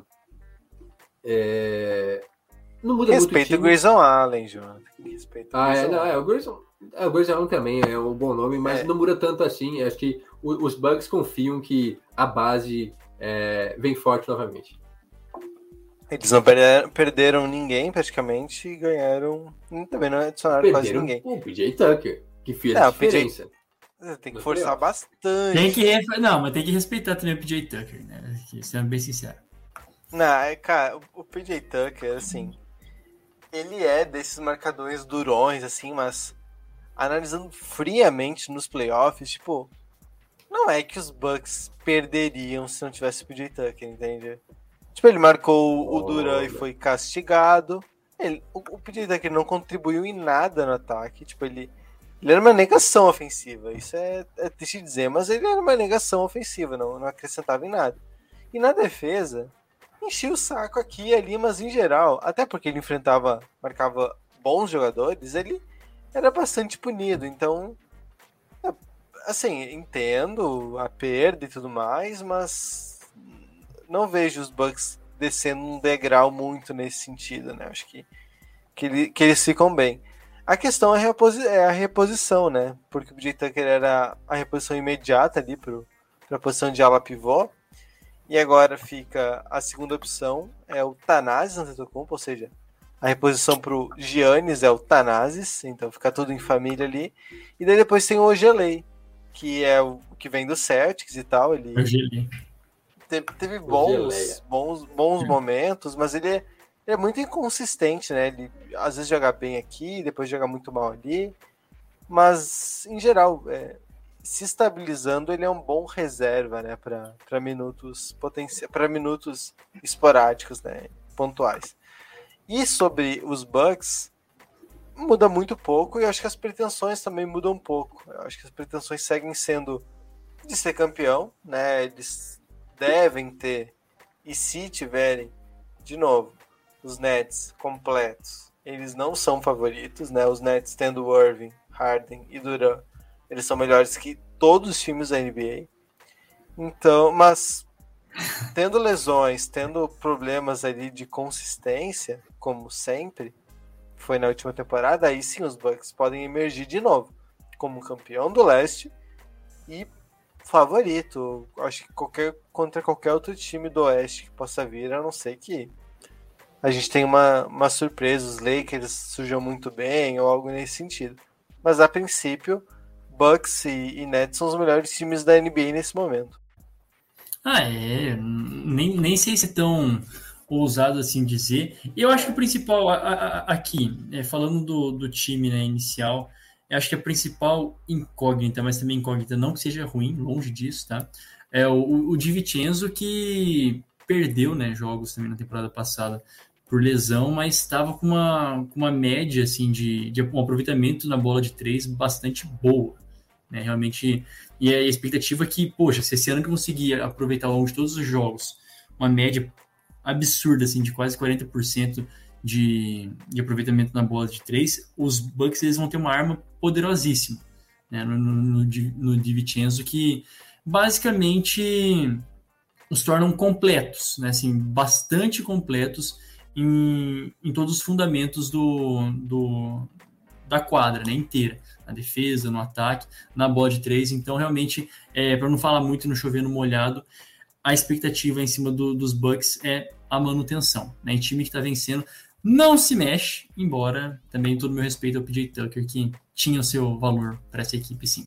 B: é... não muda
C: Respeita
B: muito o time.
C: o Grayson Allen, João. Respeita o
B: Ah,
C: Grayson
B: é, não,
C: Allen.
B: é, o Grayson, é, o Grayson Allen também é um bom nome, mas
C: É.
B: não muda tanto assim. Acho que o, os Bucks confiam que a base é, vem forte novamente.
C: Eles não perderam, perderam ninguém praticamente e ganharam. Também não adicionaram quase
B: Perderam
C: ninguém.
B: o P J Tucker, que fez
C: Não,
B: a
C: o P J
B: diferença.
C: Tem que
B: Nos
C: forçar
B: playoffs.
C: bastante.
D: Tem que re- Não, mas tem que respeitar também o P J Tucker, né? Aqui, sendo bem sincero.
C: Não, é, cara, o- o P J Tucker, assim, ele é desses marcadores durões, assim, mas analisando friamente nos playoffs, tipo, não é que os Bucks perderiam se não tivesse o P J Tucker, entende? Tipo, ele marcou o Duran e
B: Olha.
C: foi castigado. Ele, o, o P J Tucker não contribuiu em nada no ataque, tipo, ele, ele era uma negação ofensiva, isso é, é triste dizer, mas ele era uma negação ofensiva, não, não acrescentava em nada. E na defesa, enchia o saco aqui e ali, mas em geral, até porque ele enfrentava, marcava bons jogadores, ele era bastante punido. Então, assim, entendo a perda e tudo mais, mas não vejo os Bucks descendo um degrau muito nesse sentido, né? Acho que, que, ele, que eles ficam bem. A questão é a, reposi- é a reposição, né? Porque o P J Tucker era a reposição imediata ali para a posição de ala pivô. E agora fica a segunda opção, é o Thanasis Antetokounmpo, ou seja, a reposição para o Giannis é o Thanasis, então fica tudo em família ali. E daí depois tem o Ojeleye, que é o que vem do Celtics e tal. Ele
D: Ojeleye.
C: teve, teve
B: Ojeleye.
C: bons, bons, bons momentos, mas ele é, ele é muito inconsistente, né? Ele às vezes joga bem aqui, depois joga muito mal ali. Mas, em geral, é, se estabilizando, ele é um bom reserva, né, para minutos potenciais, para minutos esporádicos, né, pontuais. E sobre os Bucks, muda muito pouco, e eu acho que as pretensões também mudam um pouco. Eu acho que as pretensões seguem sendo de ser campeão, né? Eles devem ter, e se tiverem, de novo, os Nets completos, eles não são favoritos, né? Os Nets tendo Irving, Harden e Durant, eles são melhores que todos os times da N B A. Então, mas tendo lesões, tendo problemas ali de consistência, como sempre foi na última temporada, aí sim os Bucks podem emergir de novo como campeão do leste e favorito. Acho que qualquer, contra qualquer outro time do oeste que possa vir, a não ser que a gente tenha uma, uma surpresa, os Lakers surjam muito bem ou algo nesse sentido. Mas a princípio, Bucks e, e Nets são os melhores times da N B A nesse momento.
D: Ah, é. Nem, nem sei se é tão ousado assim dizer. E eu acho que o principal a, a, aqui, é, falando do, do time, né, inicial, eu acho que a principal incógnita, mas também incógnita, não que seja ruim, longe disso, tá? É o, o DiVincenzo, que perdeu, né, jogos também na temporada passada por lesão, mas estava com uma, com uma média assim, de, de um aproveitamento na bola de três bastante boa. Né, realmente, e a expectativa é que, poxa, se esse ano que conseguir aproveitar ao longo de todos os jogos uma média absurda, assim, de quase quarenta por cento de, de aproveitamento na bola de três, os Bucks eles vão ter uma arma poderosíssima, né, no, no, no DiVincenzo, que basicamente os tornam completos, né, assim, bastante completos em, em todos os fundamentos do, do, da quadra, né, inteira. Na defesa, no ataque, na bola de três. Então, realmente, é, para não falar muito no chover no molhado, a expectativa em cima do, dos Bucks é a manutenção. Né? E time que está vencendo não se mexe, embora também todo o meu respeito ao P J Tucker, que tinha o seu valor para essa equipe, sim.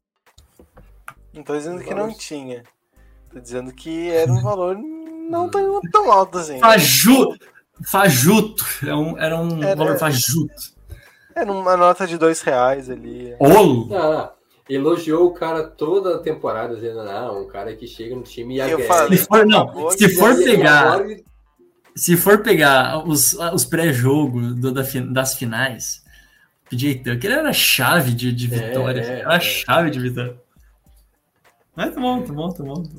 C: Não tô dizendo que não tinha. Tô dizendo que era um valor não tão, tão alto assim.
D: Faz, ju, fajuto. Era um, era um
C: Era-
D: valor fajuto.
C: Era uma nota de dois reais ali.
D: Olo.
B: Não, não. Elogiou o cara toda a temporada, dizendo, não, um cara que chega no time e
C: Eu
B: agrega.
C: falei,
D: Se for, não,
C: acabou
D: se
C: que-
D: for
B: E- e
D: pegar,
B: agora ele-
D: se for pegar os, os pré-jogo do- da fi- das finais, o P J Tucker era a chave de, de
B: É,
D: vitória.
B: é,
D: era a
B: é.
D: chave de vitória. Mas tá bom, tá bom, tá bom.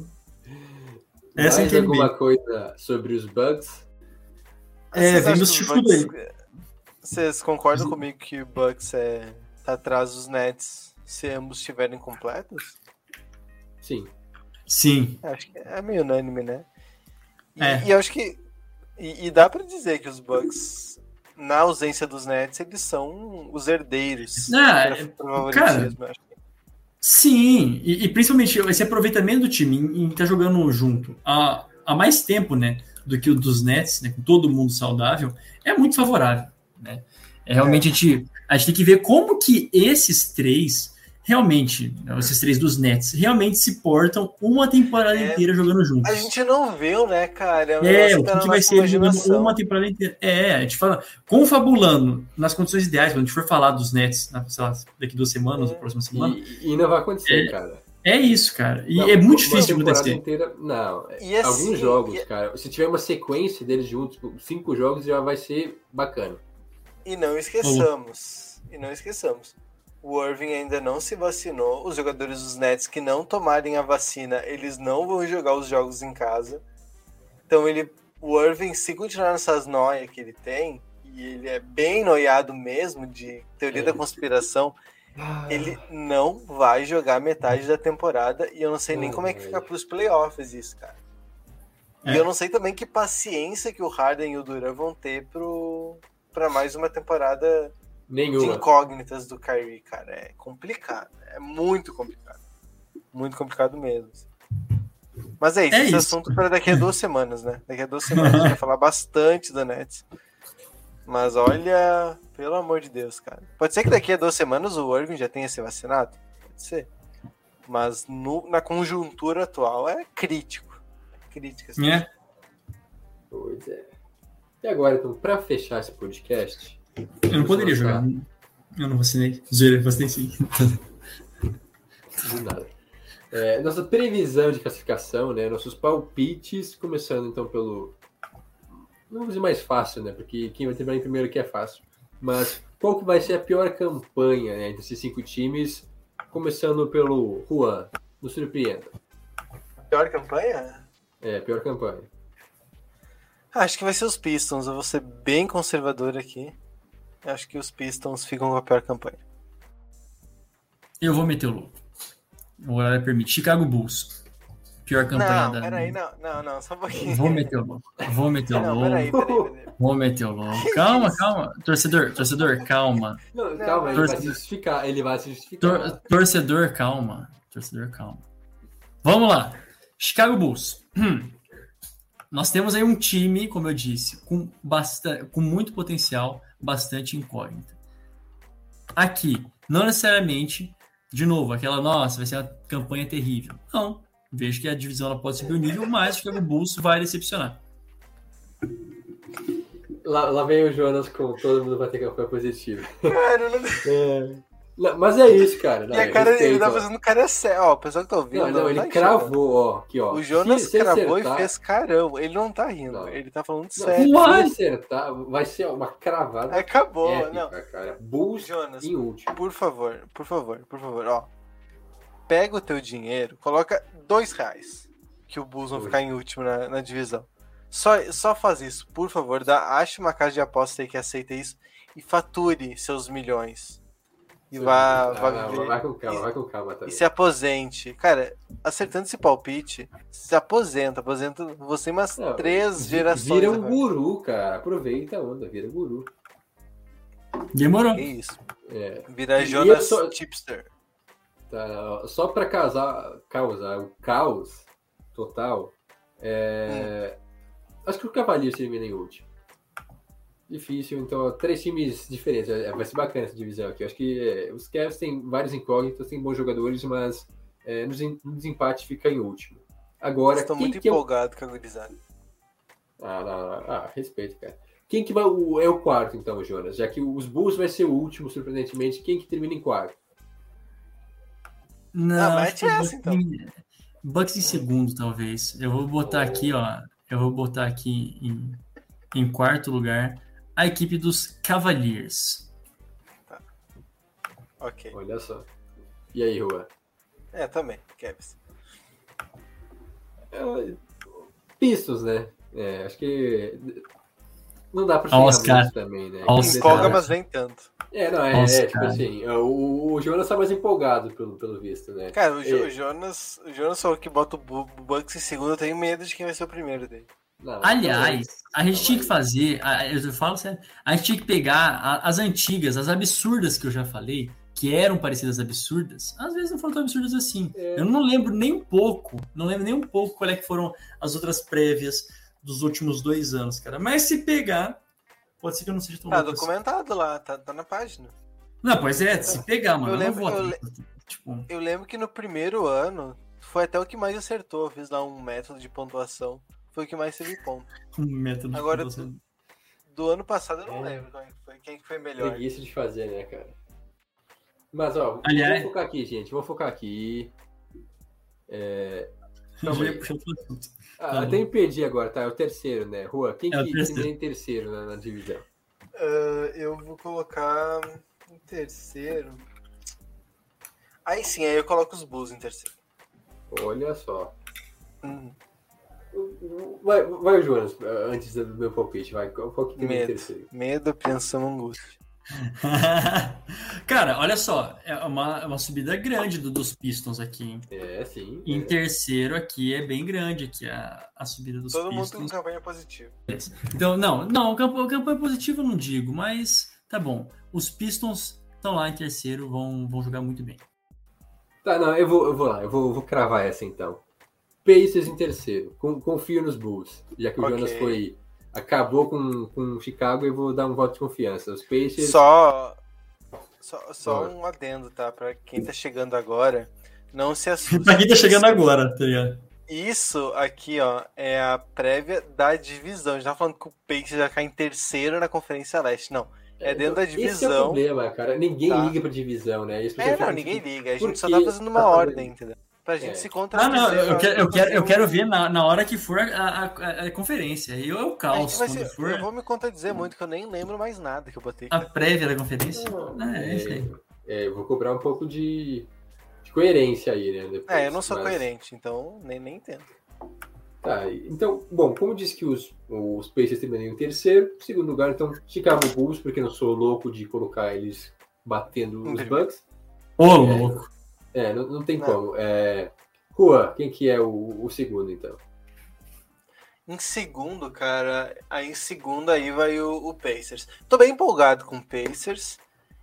D: É assim
B: Mais
D: que ele
B: alguma
D: veio.
B: coisa sobre os Bucks?
D: É,
C: Vocês
D: vem
C: acham
D: dos
C: que os
D: chifrudos
C: Bucks- Vocês concordam comigo que o Bucks é, tá atrás dos Nets se ambos estiverem completos?
B: Sim.
D: Sim.
C: Acho que é meio unânime, né? E,
D: É.
C: e eu acho que. E, e dá pra dizer que os Bucks, na ausência dos Nets, eles são os herdeiros.
D: Ah,
C: pra-
D: é,
C: pro favoritismo, eu acho.
D: Sim, e, e principalmente esse aproveitamento do time em estar jogando junto há, há mais tempo, né, do que o dos Nets, né, com todo mundo saudável, é muito favorável, né? É, realmente
C: É.
D: a, gente, a gente tem que ver como que esses três realmente, né, esses três dos Nets, realmente se portam uma temporada
C: É.
D: inteira jogando juntos.
C: A gente não viu, né, cara? um
D: É,
C: negócio
D: o
C: que tá
D: que,
C: na
D: que vai
C: nossa
D: ser ele jogando
C: imaginação.
D: uma temporada inteira. É, a gente fala, confabulando nas condições ideais, quando a gente for falar dos Nets, na, sei lá, daqui duas semanas,
C: É.
D: ou próxima semana,
B: E, e não vai acontecer,
D: É.
B: cara.
D: é isso, cara. E
B: Não,
D: é muito
B: uma
D: difícil de
B: temporada
D: acontecer.
B: inteira, não.
C: E assim,
B: Alguns jogos,
C: e-
B: cara. Se tiver uma sequência deles juntos, tipo, cinco jogos, já vai ser bacana.
C: E não esqueçamos, e não esqueçamos, o Irving ainda não se vacinou, os jogadores dos Nets que não tomarem a vacina, eles não vão jogar os jogos em casa. Então ele, o Irving, se continuar nessas noias que ele tem, e ele é bem noiado mesmo, de teoria
B: É.
C: da conspiração, ele não vai jogar metade da temporada, e eu não sei nem
B: Oh,
C: como é que
B: velho.
C: fica pros playoffs isso, cara. E
D: É.
C: eu não sei também que paciência que o Harden e o Durant vão ter pro, pra mais uma temporada de
B: Nenhuma.
C: incógnitas do Kyrie, cara. É complicado. É muito complicado. Muito complicado mesmo. Mas é isso.
D: É
C: esse
D: isso.
C: assunto para daqui a duas semanas, né? Daqui a duas semanas a gente vai falar bastante do Nets. Mas olha, pelo amor de Deus, cara. Pode ser que daqui a duas semanas o Irving já tenha se vacinado. Pode ser. Mas no- na conjuntura atual é crítico. É crítico. assim.
D: É.
B: Pois é. E agora, então, pra fechar esse podcast...
D: Eu não poderia
B: vamos
D: jogar.
B: lançar-
D: Eu não vacinei. Zoeira, vacinei sim.
B: Do nada. É, nossa previsão de classificação, né? Nossos palpites, começando então pelo. Não vou dizer mais fácil, né? Porque quem vai terminar em primeiro aqui é fácil. Mas qual que vai ser a pior campanha, né, entre esses cinco times? Começando pelo Juan. Nos surpreenda.
C: Pior campanha?
B: É, pior campanha.
C: Ah, acho que vai ser os Pistons. Eu vou ser bem conservador aqui. Acho que os Pistons ficam com a pior campanha.
D: Eu vou meter o louco. O horário permite. Chicago Bulls. Pior campanha
C: Não,
D: da.
C: peraí, não, não, não, só um pouquinho.
D: Vou meter o louco. Vou meter o
C: Não,
D: louco.
C: peraí, peraí, peraí.
D: Vou meter o louco. Calma, calma. Torcedor, torcedor, calma.
B: Não,
C: Não,
B: calma, ele
D: torce-
B: vai se justificar. Ele vai se justificar.
D: Tor- torcedor, calma. Torcedor, calma. Vamos lá. Chicago Bulls. Hum. Nós temos aí um time, como eu disse, com, bastante, com muito potencial, bastante incógnita. Aqui, não necessariamente, de novo, aquela, nossa, vai ser uma campanha terrível. Não. Vejo que a divisão ela pode subir o nível, mas o Chicago Bulls vai decepcionar.
B: Lá, lá vem o Jonas com todo mundo vai ter campanha positiva.
C: Cara, não...
B: É. Não, mas é isso, cara. Não,
C: E a cara, ele
B: respeito,
C: tá
B: ó.
C: fazendo cara sério. Ó, o pessoal que tá ouvindo.
B: Não, não,
C: tá
B: ele
C: rindo.
B: cravou, ó. Aqui, ó.
C: O Jonas
B: Se- se
C: cravou
B: acertar-
C: e fez carão. Ele não tá rindo.
B: Não.
C: Ele tá falando
B: Não,
C: sério.
B: se
D: What?
B: acertar, vai ser uma cravada
C: Acabou,
B: épica,
C: não.
B: cara. Bulls
C: Jonas,
B: em último.
C: por favor, por favor, por favor, ó. Pega o teu dinheiro, coloca dois reais. Que o Bulls vão
B: Dois.
C: ficar em último na, na divisão. Só, só faz isso, por favor. Dá, ache uma casa de aposta aí que aceita isso e fature seus milhões. E vá,
B: Ah,
C: vá
B: não,
C: viver.
B: vai com calma,
C: e-
B: vai com calma
C: E
B: também.
C: se aposente. Cara, acertando esse palpite, se aposenta. Aposenta você umas
B: Não,
C: três
B: vi-
C: gerações.
B: Vira um
C: agora.
B: guru, cara. Aproveita a onda, vira um guru.
D: Demorou.
C: Que isso.
B: É,
C: Vira
B: E
C: Jonas
B: eu só-
C: Chipster.
B: tá, só pra causar, causar o caos total, é, acho que o Cavaliers termina em último. Difícil, então, três times diferentes. É, vai ser bacana essa divisão aqui. Eu acho que é, os Cavs têm vários incógnitos, têm bons jogadores, mas é, no, des- no desempate fica em último. Agora,
C: Estou
B: quem
C: muito
B: que é o...
C: empolgado com a gurizada.
B: Ah, não, não, ah, respeito, cara. Quem que vai, o, é o quarto, então, Jonas? Já que os Bulls vai ser o último, surpreendentemente, quem que termina em quarto?
D: Não,
C: Ah,
D: acho
C: mete
D: que
C: essa, então.
D: Bucks, Bucks em segundo, talvez. Eu vou botar
B: Oh.
D: aqui, ó. Eu vou botar aqui em, em quarto lugar a equipe dos Cavaliers.
C: Ok.
B: Olha só. E aí, Juan?
C: É, também, Cavs.
B: É, Pistons, né? É, acho que não dá pra
D: Olha
B: chegar
D: os cara.
B: muito também, né?
D: Olha os
B: Aquele
C: Empolga,
B: detalhe-
C: mas nem tanto.
B: É, não, é,
D: Olha os
B: é, tipo
D: cara.
B: assim, o, o Jonas tá mais empolgado pelo, pelo visto, né?
C: Cara, o, Jo-
B: É.
C: o Jonas, o Jonas falou que bota o Bu- o Bucks em segundo, eu tenho medo de quem vai ser o primeiro dele.
B: Não,
D: Aliás, a gente
B: Calma
D: tinha que
B: aí.
D: fazer, a- eu falo sério, a gente tinha que pegar a- as antigas, as absurdas que eu já falei, que eram parecidas absurdas, às vezes não foram tão absurdas assim.
B: É.
D: Eu não lembro nem um pouco, não lembro nem um pouco qual é que foram as outras prévias dos últimos dois anos, cara. Mas se pegar, pode ser que eu não seja tão
C: Tá
D: louco assim.
C: documentado lá, tá, tá na página.
D: Não, pois é, se pegar, mano,
C: Eu
D: eu, não
C: lembro-
D: vou.
C: eu le-
D: Tipo,
C: Eu lembro que no primeiro ano foi até o que mais acertou. Eu fiz lá um método de pontuação. Foi o que mais teve ponto.
D: um método de
C: Agora,
D: pontuação.
C: Do ano passado eu não
B: É.
C: lembro quem foi, quem que foi melhor.
B: Preguiça de fazer, né, cara? Mas, ó,
D: Aliás-
B: vamos focar aqui, gente. Vamos focar aqui. É...
D: Eu
B: Calma
D: já
B: aí.
D: ia puxar outro assunto.
B: Ah,
D: Tá
B: até
D: bom.
B: me perdi agora, tá? É o terceiro, né? Rua, quem
D: É o
B: que
D: terceiro.
B: termina em terceiro na, na divisão?
C: Ah, eu vou colocar em terceiro. Aí sim, aí eu coloco os Bulls em terceiro.
B: Olha só.
C: Hum,
B: Vai, vai Jonas, antes do meu palpite, vai. Qual qual que termina em
C: medo.
B: terceiro?
C: Medo, apreensão, angústia.
D: Cara, olha só, é uma, é uma subida grande do- dos Pistons aqui, hein?
B: É, sim.
D: Em
B: é.
D: terceiro aqui é bem grande aqui a, a subida dos
C: Todo mundo com
D: Pistons.
C: campanha positiva.
D: Então, não, não, campo, campanha positiva eu não digo, mas tá bom. Os Pistons estão lá em terceiro, vão, vão jogar muito bem.
B: Tá, não, eu vou, eu vou lá, eu vou, vou cravar essa então. Pacers em terceiro. Com- confio nos Bulls. Já que o
C: Ok.
B: Jonas foi. Acabou com, com Chicago, eu vou dar um voto de confiança. Os Pacers.
C: Só, só, só
B: Bora.
C: um adendo, tá? Pra quem tá chegando agora, não se assuste.
D: Pra quem tá chegando agora, tá ligado?
C: Isso aqui, ó, é a prévia da divisão. A gente tá falando que o Pacers vai ficar em terceiro na Conferência Leste. Não, é dentro da
B: Esse é o
C: divisão.
B: problema, cara. Ninguém
C: Tá.
B: liga pra divisão, né? As pessoas
C: É, não,
B: ficam,
C: ninguém
B: tipo,
C: liga. A
B: por
C: gente só
B: que
C: tá fazendo uma
B: tá fazendo
C: ordem, entendeu? Pra gente
B: É.
C: se contradizer.
D: Ah, não, eu
C: pra-
D: quero, eu
C: pra
D: quero,
C: fazer
D: eu
C: um-
D: quero ver na, na hora que for a, a, a- a conferência. Aí é o
C: A gente
D: caos.
C: vai
D: Quando
C: ser-
D: for
C: Eu vou me contradizer muito, que eu nem lembro mais nada que eu botei.
D: a prévia da conferência.
B: Não,
D: Ah, é isso aí.
B: é, eu vou cobrar um pouco de, de coerência aí, né? depois,
C: É, eu não sou
B: mas-
C: coerente, então nem, nem entendo.
B: Tá, então, bom, como disse que os, os Pacers terminam em terceiro, segundo lugar, então, Chicago Bulls, porque eu não sou louco de colocar eles batendo os
C: Entendi.
B: Bucks.
D: Ô, louco.
B: É, não, não tem
C: Não.
B: como. É, Rua, quem que é o, o segundo, então?
C: Em segundo, cara, aí em segundo aí vai o, o Pacers. Tô bem empolgado com o Pacers.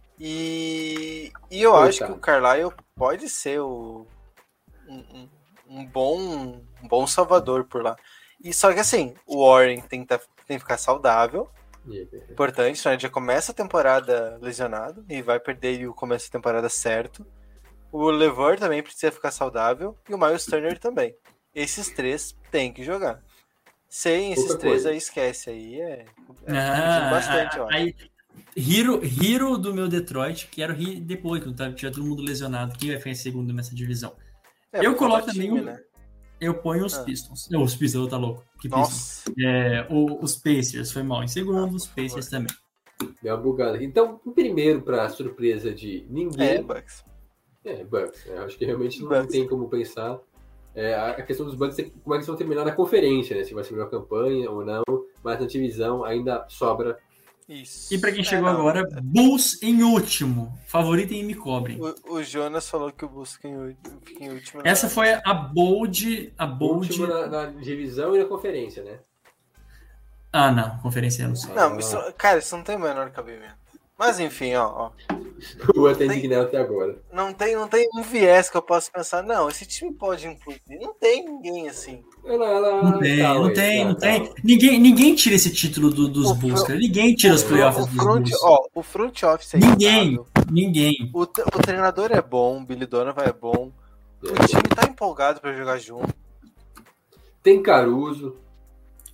C: E, e eu
B: Coitado.
C: acho que o Carlisle pode ser o, um, um- um bom, um bom salvador por lá. E só que assim, o Warren tem que, tá- tem que ficar saudável. Importante, né? Ele já começa a temporada lesionado e vai perder o começo da temporada certo. O LeVar também precisa ficar saudável e o Miles Turner também. Esses três tem que jogar. Sem esses
B: Pouca
C: três
B: coisa.
C: aí, esquece. Aí é, é competindo
D: Ah,
C: bastante, eu acho.
D: aí, Hero, Hero do meu Detroit, quero rir depois, quando tá, tiver todo mundo lesionado. Quem vai ficar em segundo nessa divisão?
C: É,
D: eu
C: por
D: coloco
C: falta de
D: também
C: time,
D: um-
C: né?
D: Eu ponho os
C: Ah.
D: Pistons. Não, os Pistons, tá louco. Que Pistons?
C: Nossa,
D: É, o- os Pacers foi mal em segundo,
C: Ah,
D: os
C: por favor.
D: Pacers também.
B: Deu uma bugada aqui. Então, o primeiro, para surpresa de
C: é,
B: ninguém,
C: Bucks.
B: é, Bucks. né? Acho que realmente não
C: Bucks.
B: tem como pensar. É, a a questão dos Bucks é como é que eles vão terminar na conferência, né? Se vai ser melhor campanha ou não. Mas na divisão ainda sobra.
C: Isso.
D: E pra quem
C: É,
D: chegou
C: não,
D: agora, Bulls em último. Favoritem e me cobrem.
C: O, o Jonas falou que o Bulls fica em, ú- fica em último.
D: Essa
C: na-
D: foi a bold. A bold.
B: Último na, na divisão e na conferência, né?
D: Ah, não. Conferência eu não sei.
C: Não, isso, cara, isso não tem o menor cabimento. Mas enfim, ó, ó.
B: O Juan tá
C: Tem-
B: indignado até agora.
C: Não tem, não tem um viés que eu possa pensar, não, esse time pode incluir. Não tem ninguém assim.
B: Ela, ela,
D: Não tem,
B: calma
D: não
B: aí,
D: tem,
B: calma,
D: não tem.
B: calma.
D: Ninguém, ninguém tira esse título do- dos
C: O
D: Bulls,
C: fro-
D: cara. Ninguém tira os
C: O-
D: playoffs
C: o
D: dos
C: front,
D: Bulls.
C: ó, o front office é
D: Ninguém,
C: instável.
D: ninguém.
C: O, t- o treinador é bom, o Billy Donovan é bom. O time tá empolgado pra jogar junto.
B: Tem Caruso.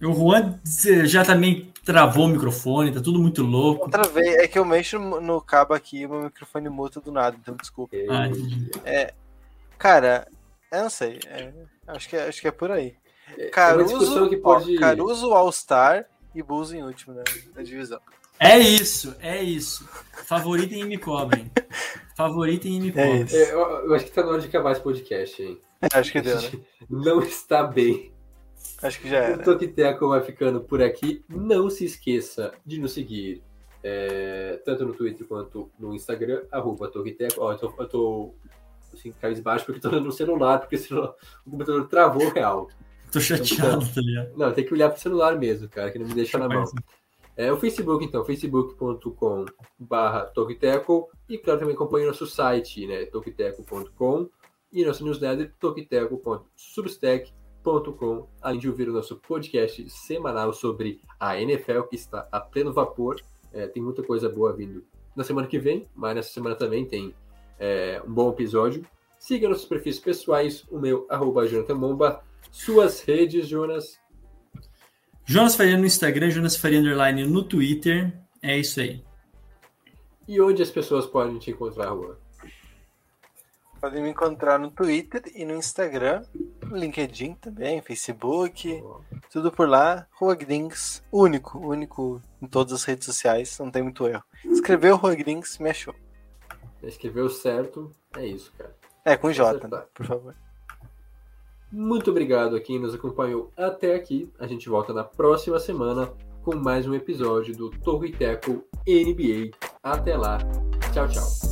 D: O Juan já também travou o microfone, tá tudo muito louco.
C: Outra vez, é que eu mexo no cabo aqui e meu microfone muta do nada, então desculpa.
D: Ah, entendi.
C: É, cara, eu não sei. é, acho, que, é- acho que é por aí.
B: É uma
C: Caruso,
B: discussão que pode...
C: ó, Caruso All-Star e Bulls em último né, na divisão.
D: É isso, é isso. Favoritem e me cobrem. Favoritem e me cobrem.
C: isso.
B: É, eu, eu acho que tá na hora de acabar esse podcast, hein?
C: É, acho que deu, né?
B: Não está bem.
C: Acho que já
B: O
C: era.
B: Toquiteco vai ficando por aqui. Não se esqueça de nos seguir, é, tanto no Twitter quanto no Instagram, arroba Toquiteco. Ó, eu tô, eu tô assim, cabisbaixo porque tô no celular, porque senão o computador travou real.
D: Tô chateado, tá ligado?
B: Não, tem que olhar pro celular mesmo, cara, que não me deixa na mão.
D: Parece.
B: É, o Facebook, então, facebook ponto com barra Toquiteco. E, claro, também acompanhe nosso site, né, toquiteco ponto com. E nosso newsletter, toquiteco ponto substack ponto com, além de ouvir o nosso podcast semanal sobre a N F L, que está a pleno vapor. É, tem muita coisa boa vindo na semana que vem, mas nessa semana também tem é, um bom episódio. Siga nossos perfis pessoais, o meu, arroba Jonathan Momba. Suas redes, Jonas?
D: Jonas Faria no Instagram, Jonas Faria Underline no Twitter. É isso aí.
B: E onde as pessoas podem te encontrar, Juan?
C: Podem me encontrar no Twitter e no Instagram, no LinkedIn também, Facebook, tudo por lá. Rua Grinks, único, único em todas as redes sociais, não tem muito erro. Escreveu Rua Grinks, me achou.
B: Escreveu certo, é isso, cara.
C: É, com J,
B: Acertar.
C: né? Por favor.
B: Muito obrigado a quem nos acompanhou até aqui. A gente volta na próxima semana com mais um episódio do Toquiteco N B A. Até lá. Tchau, tchau.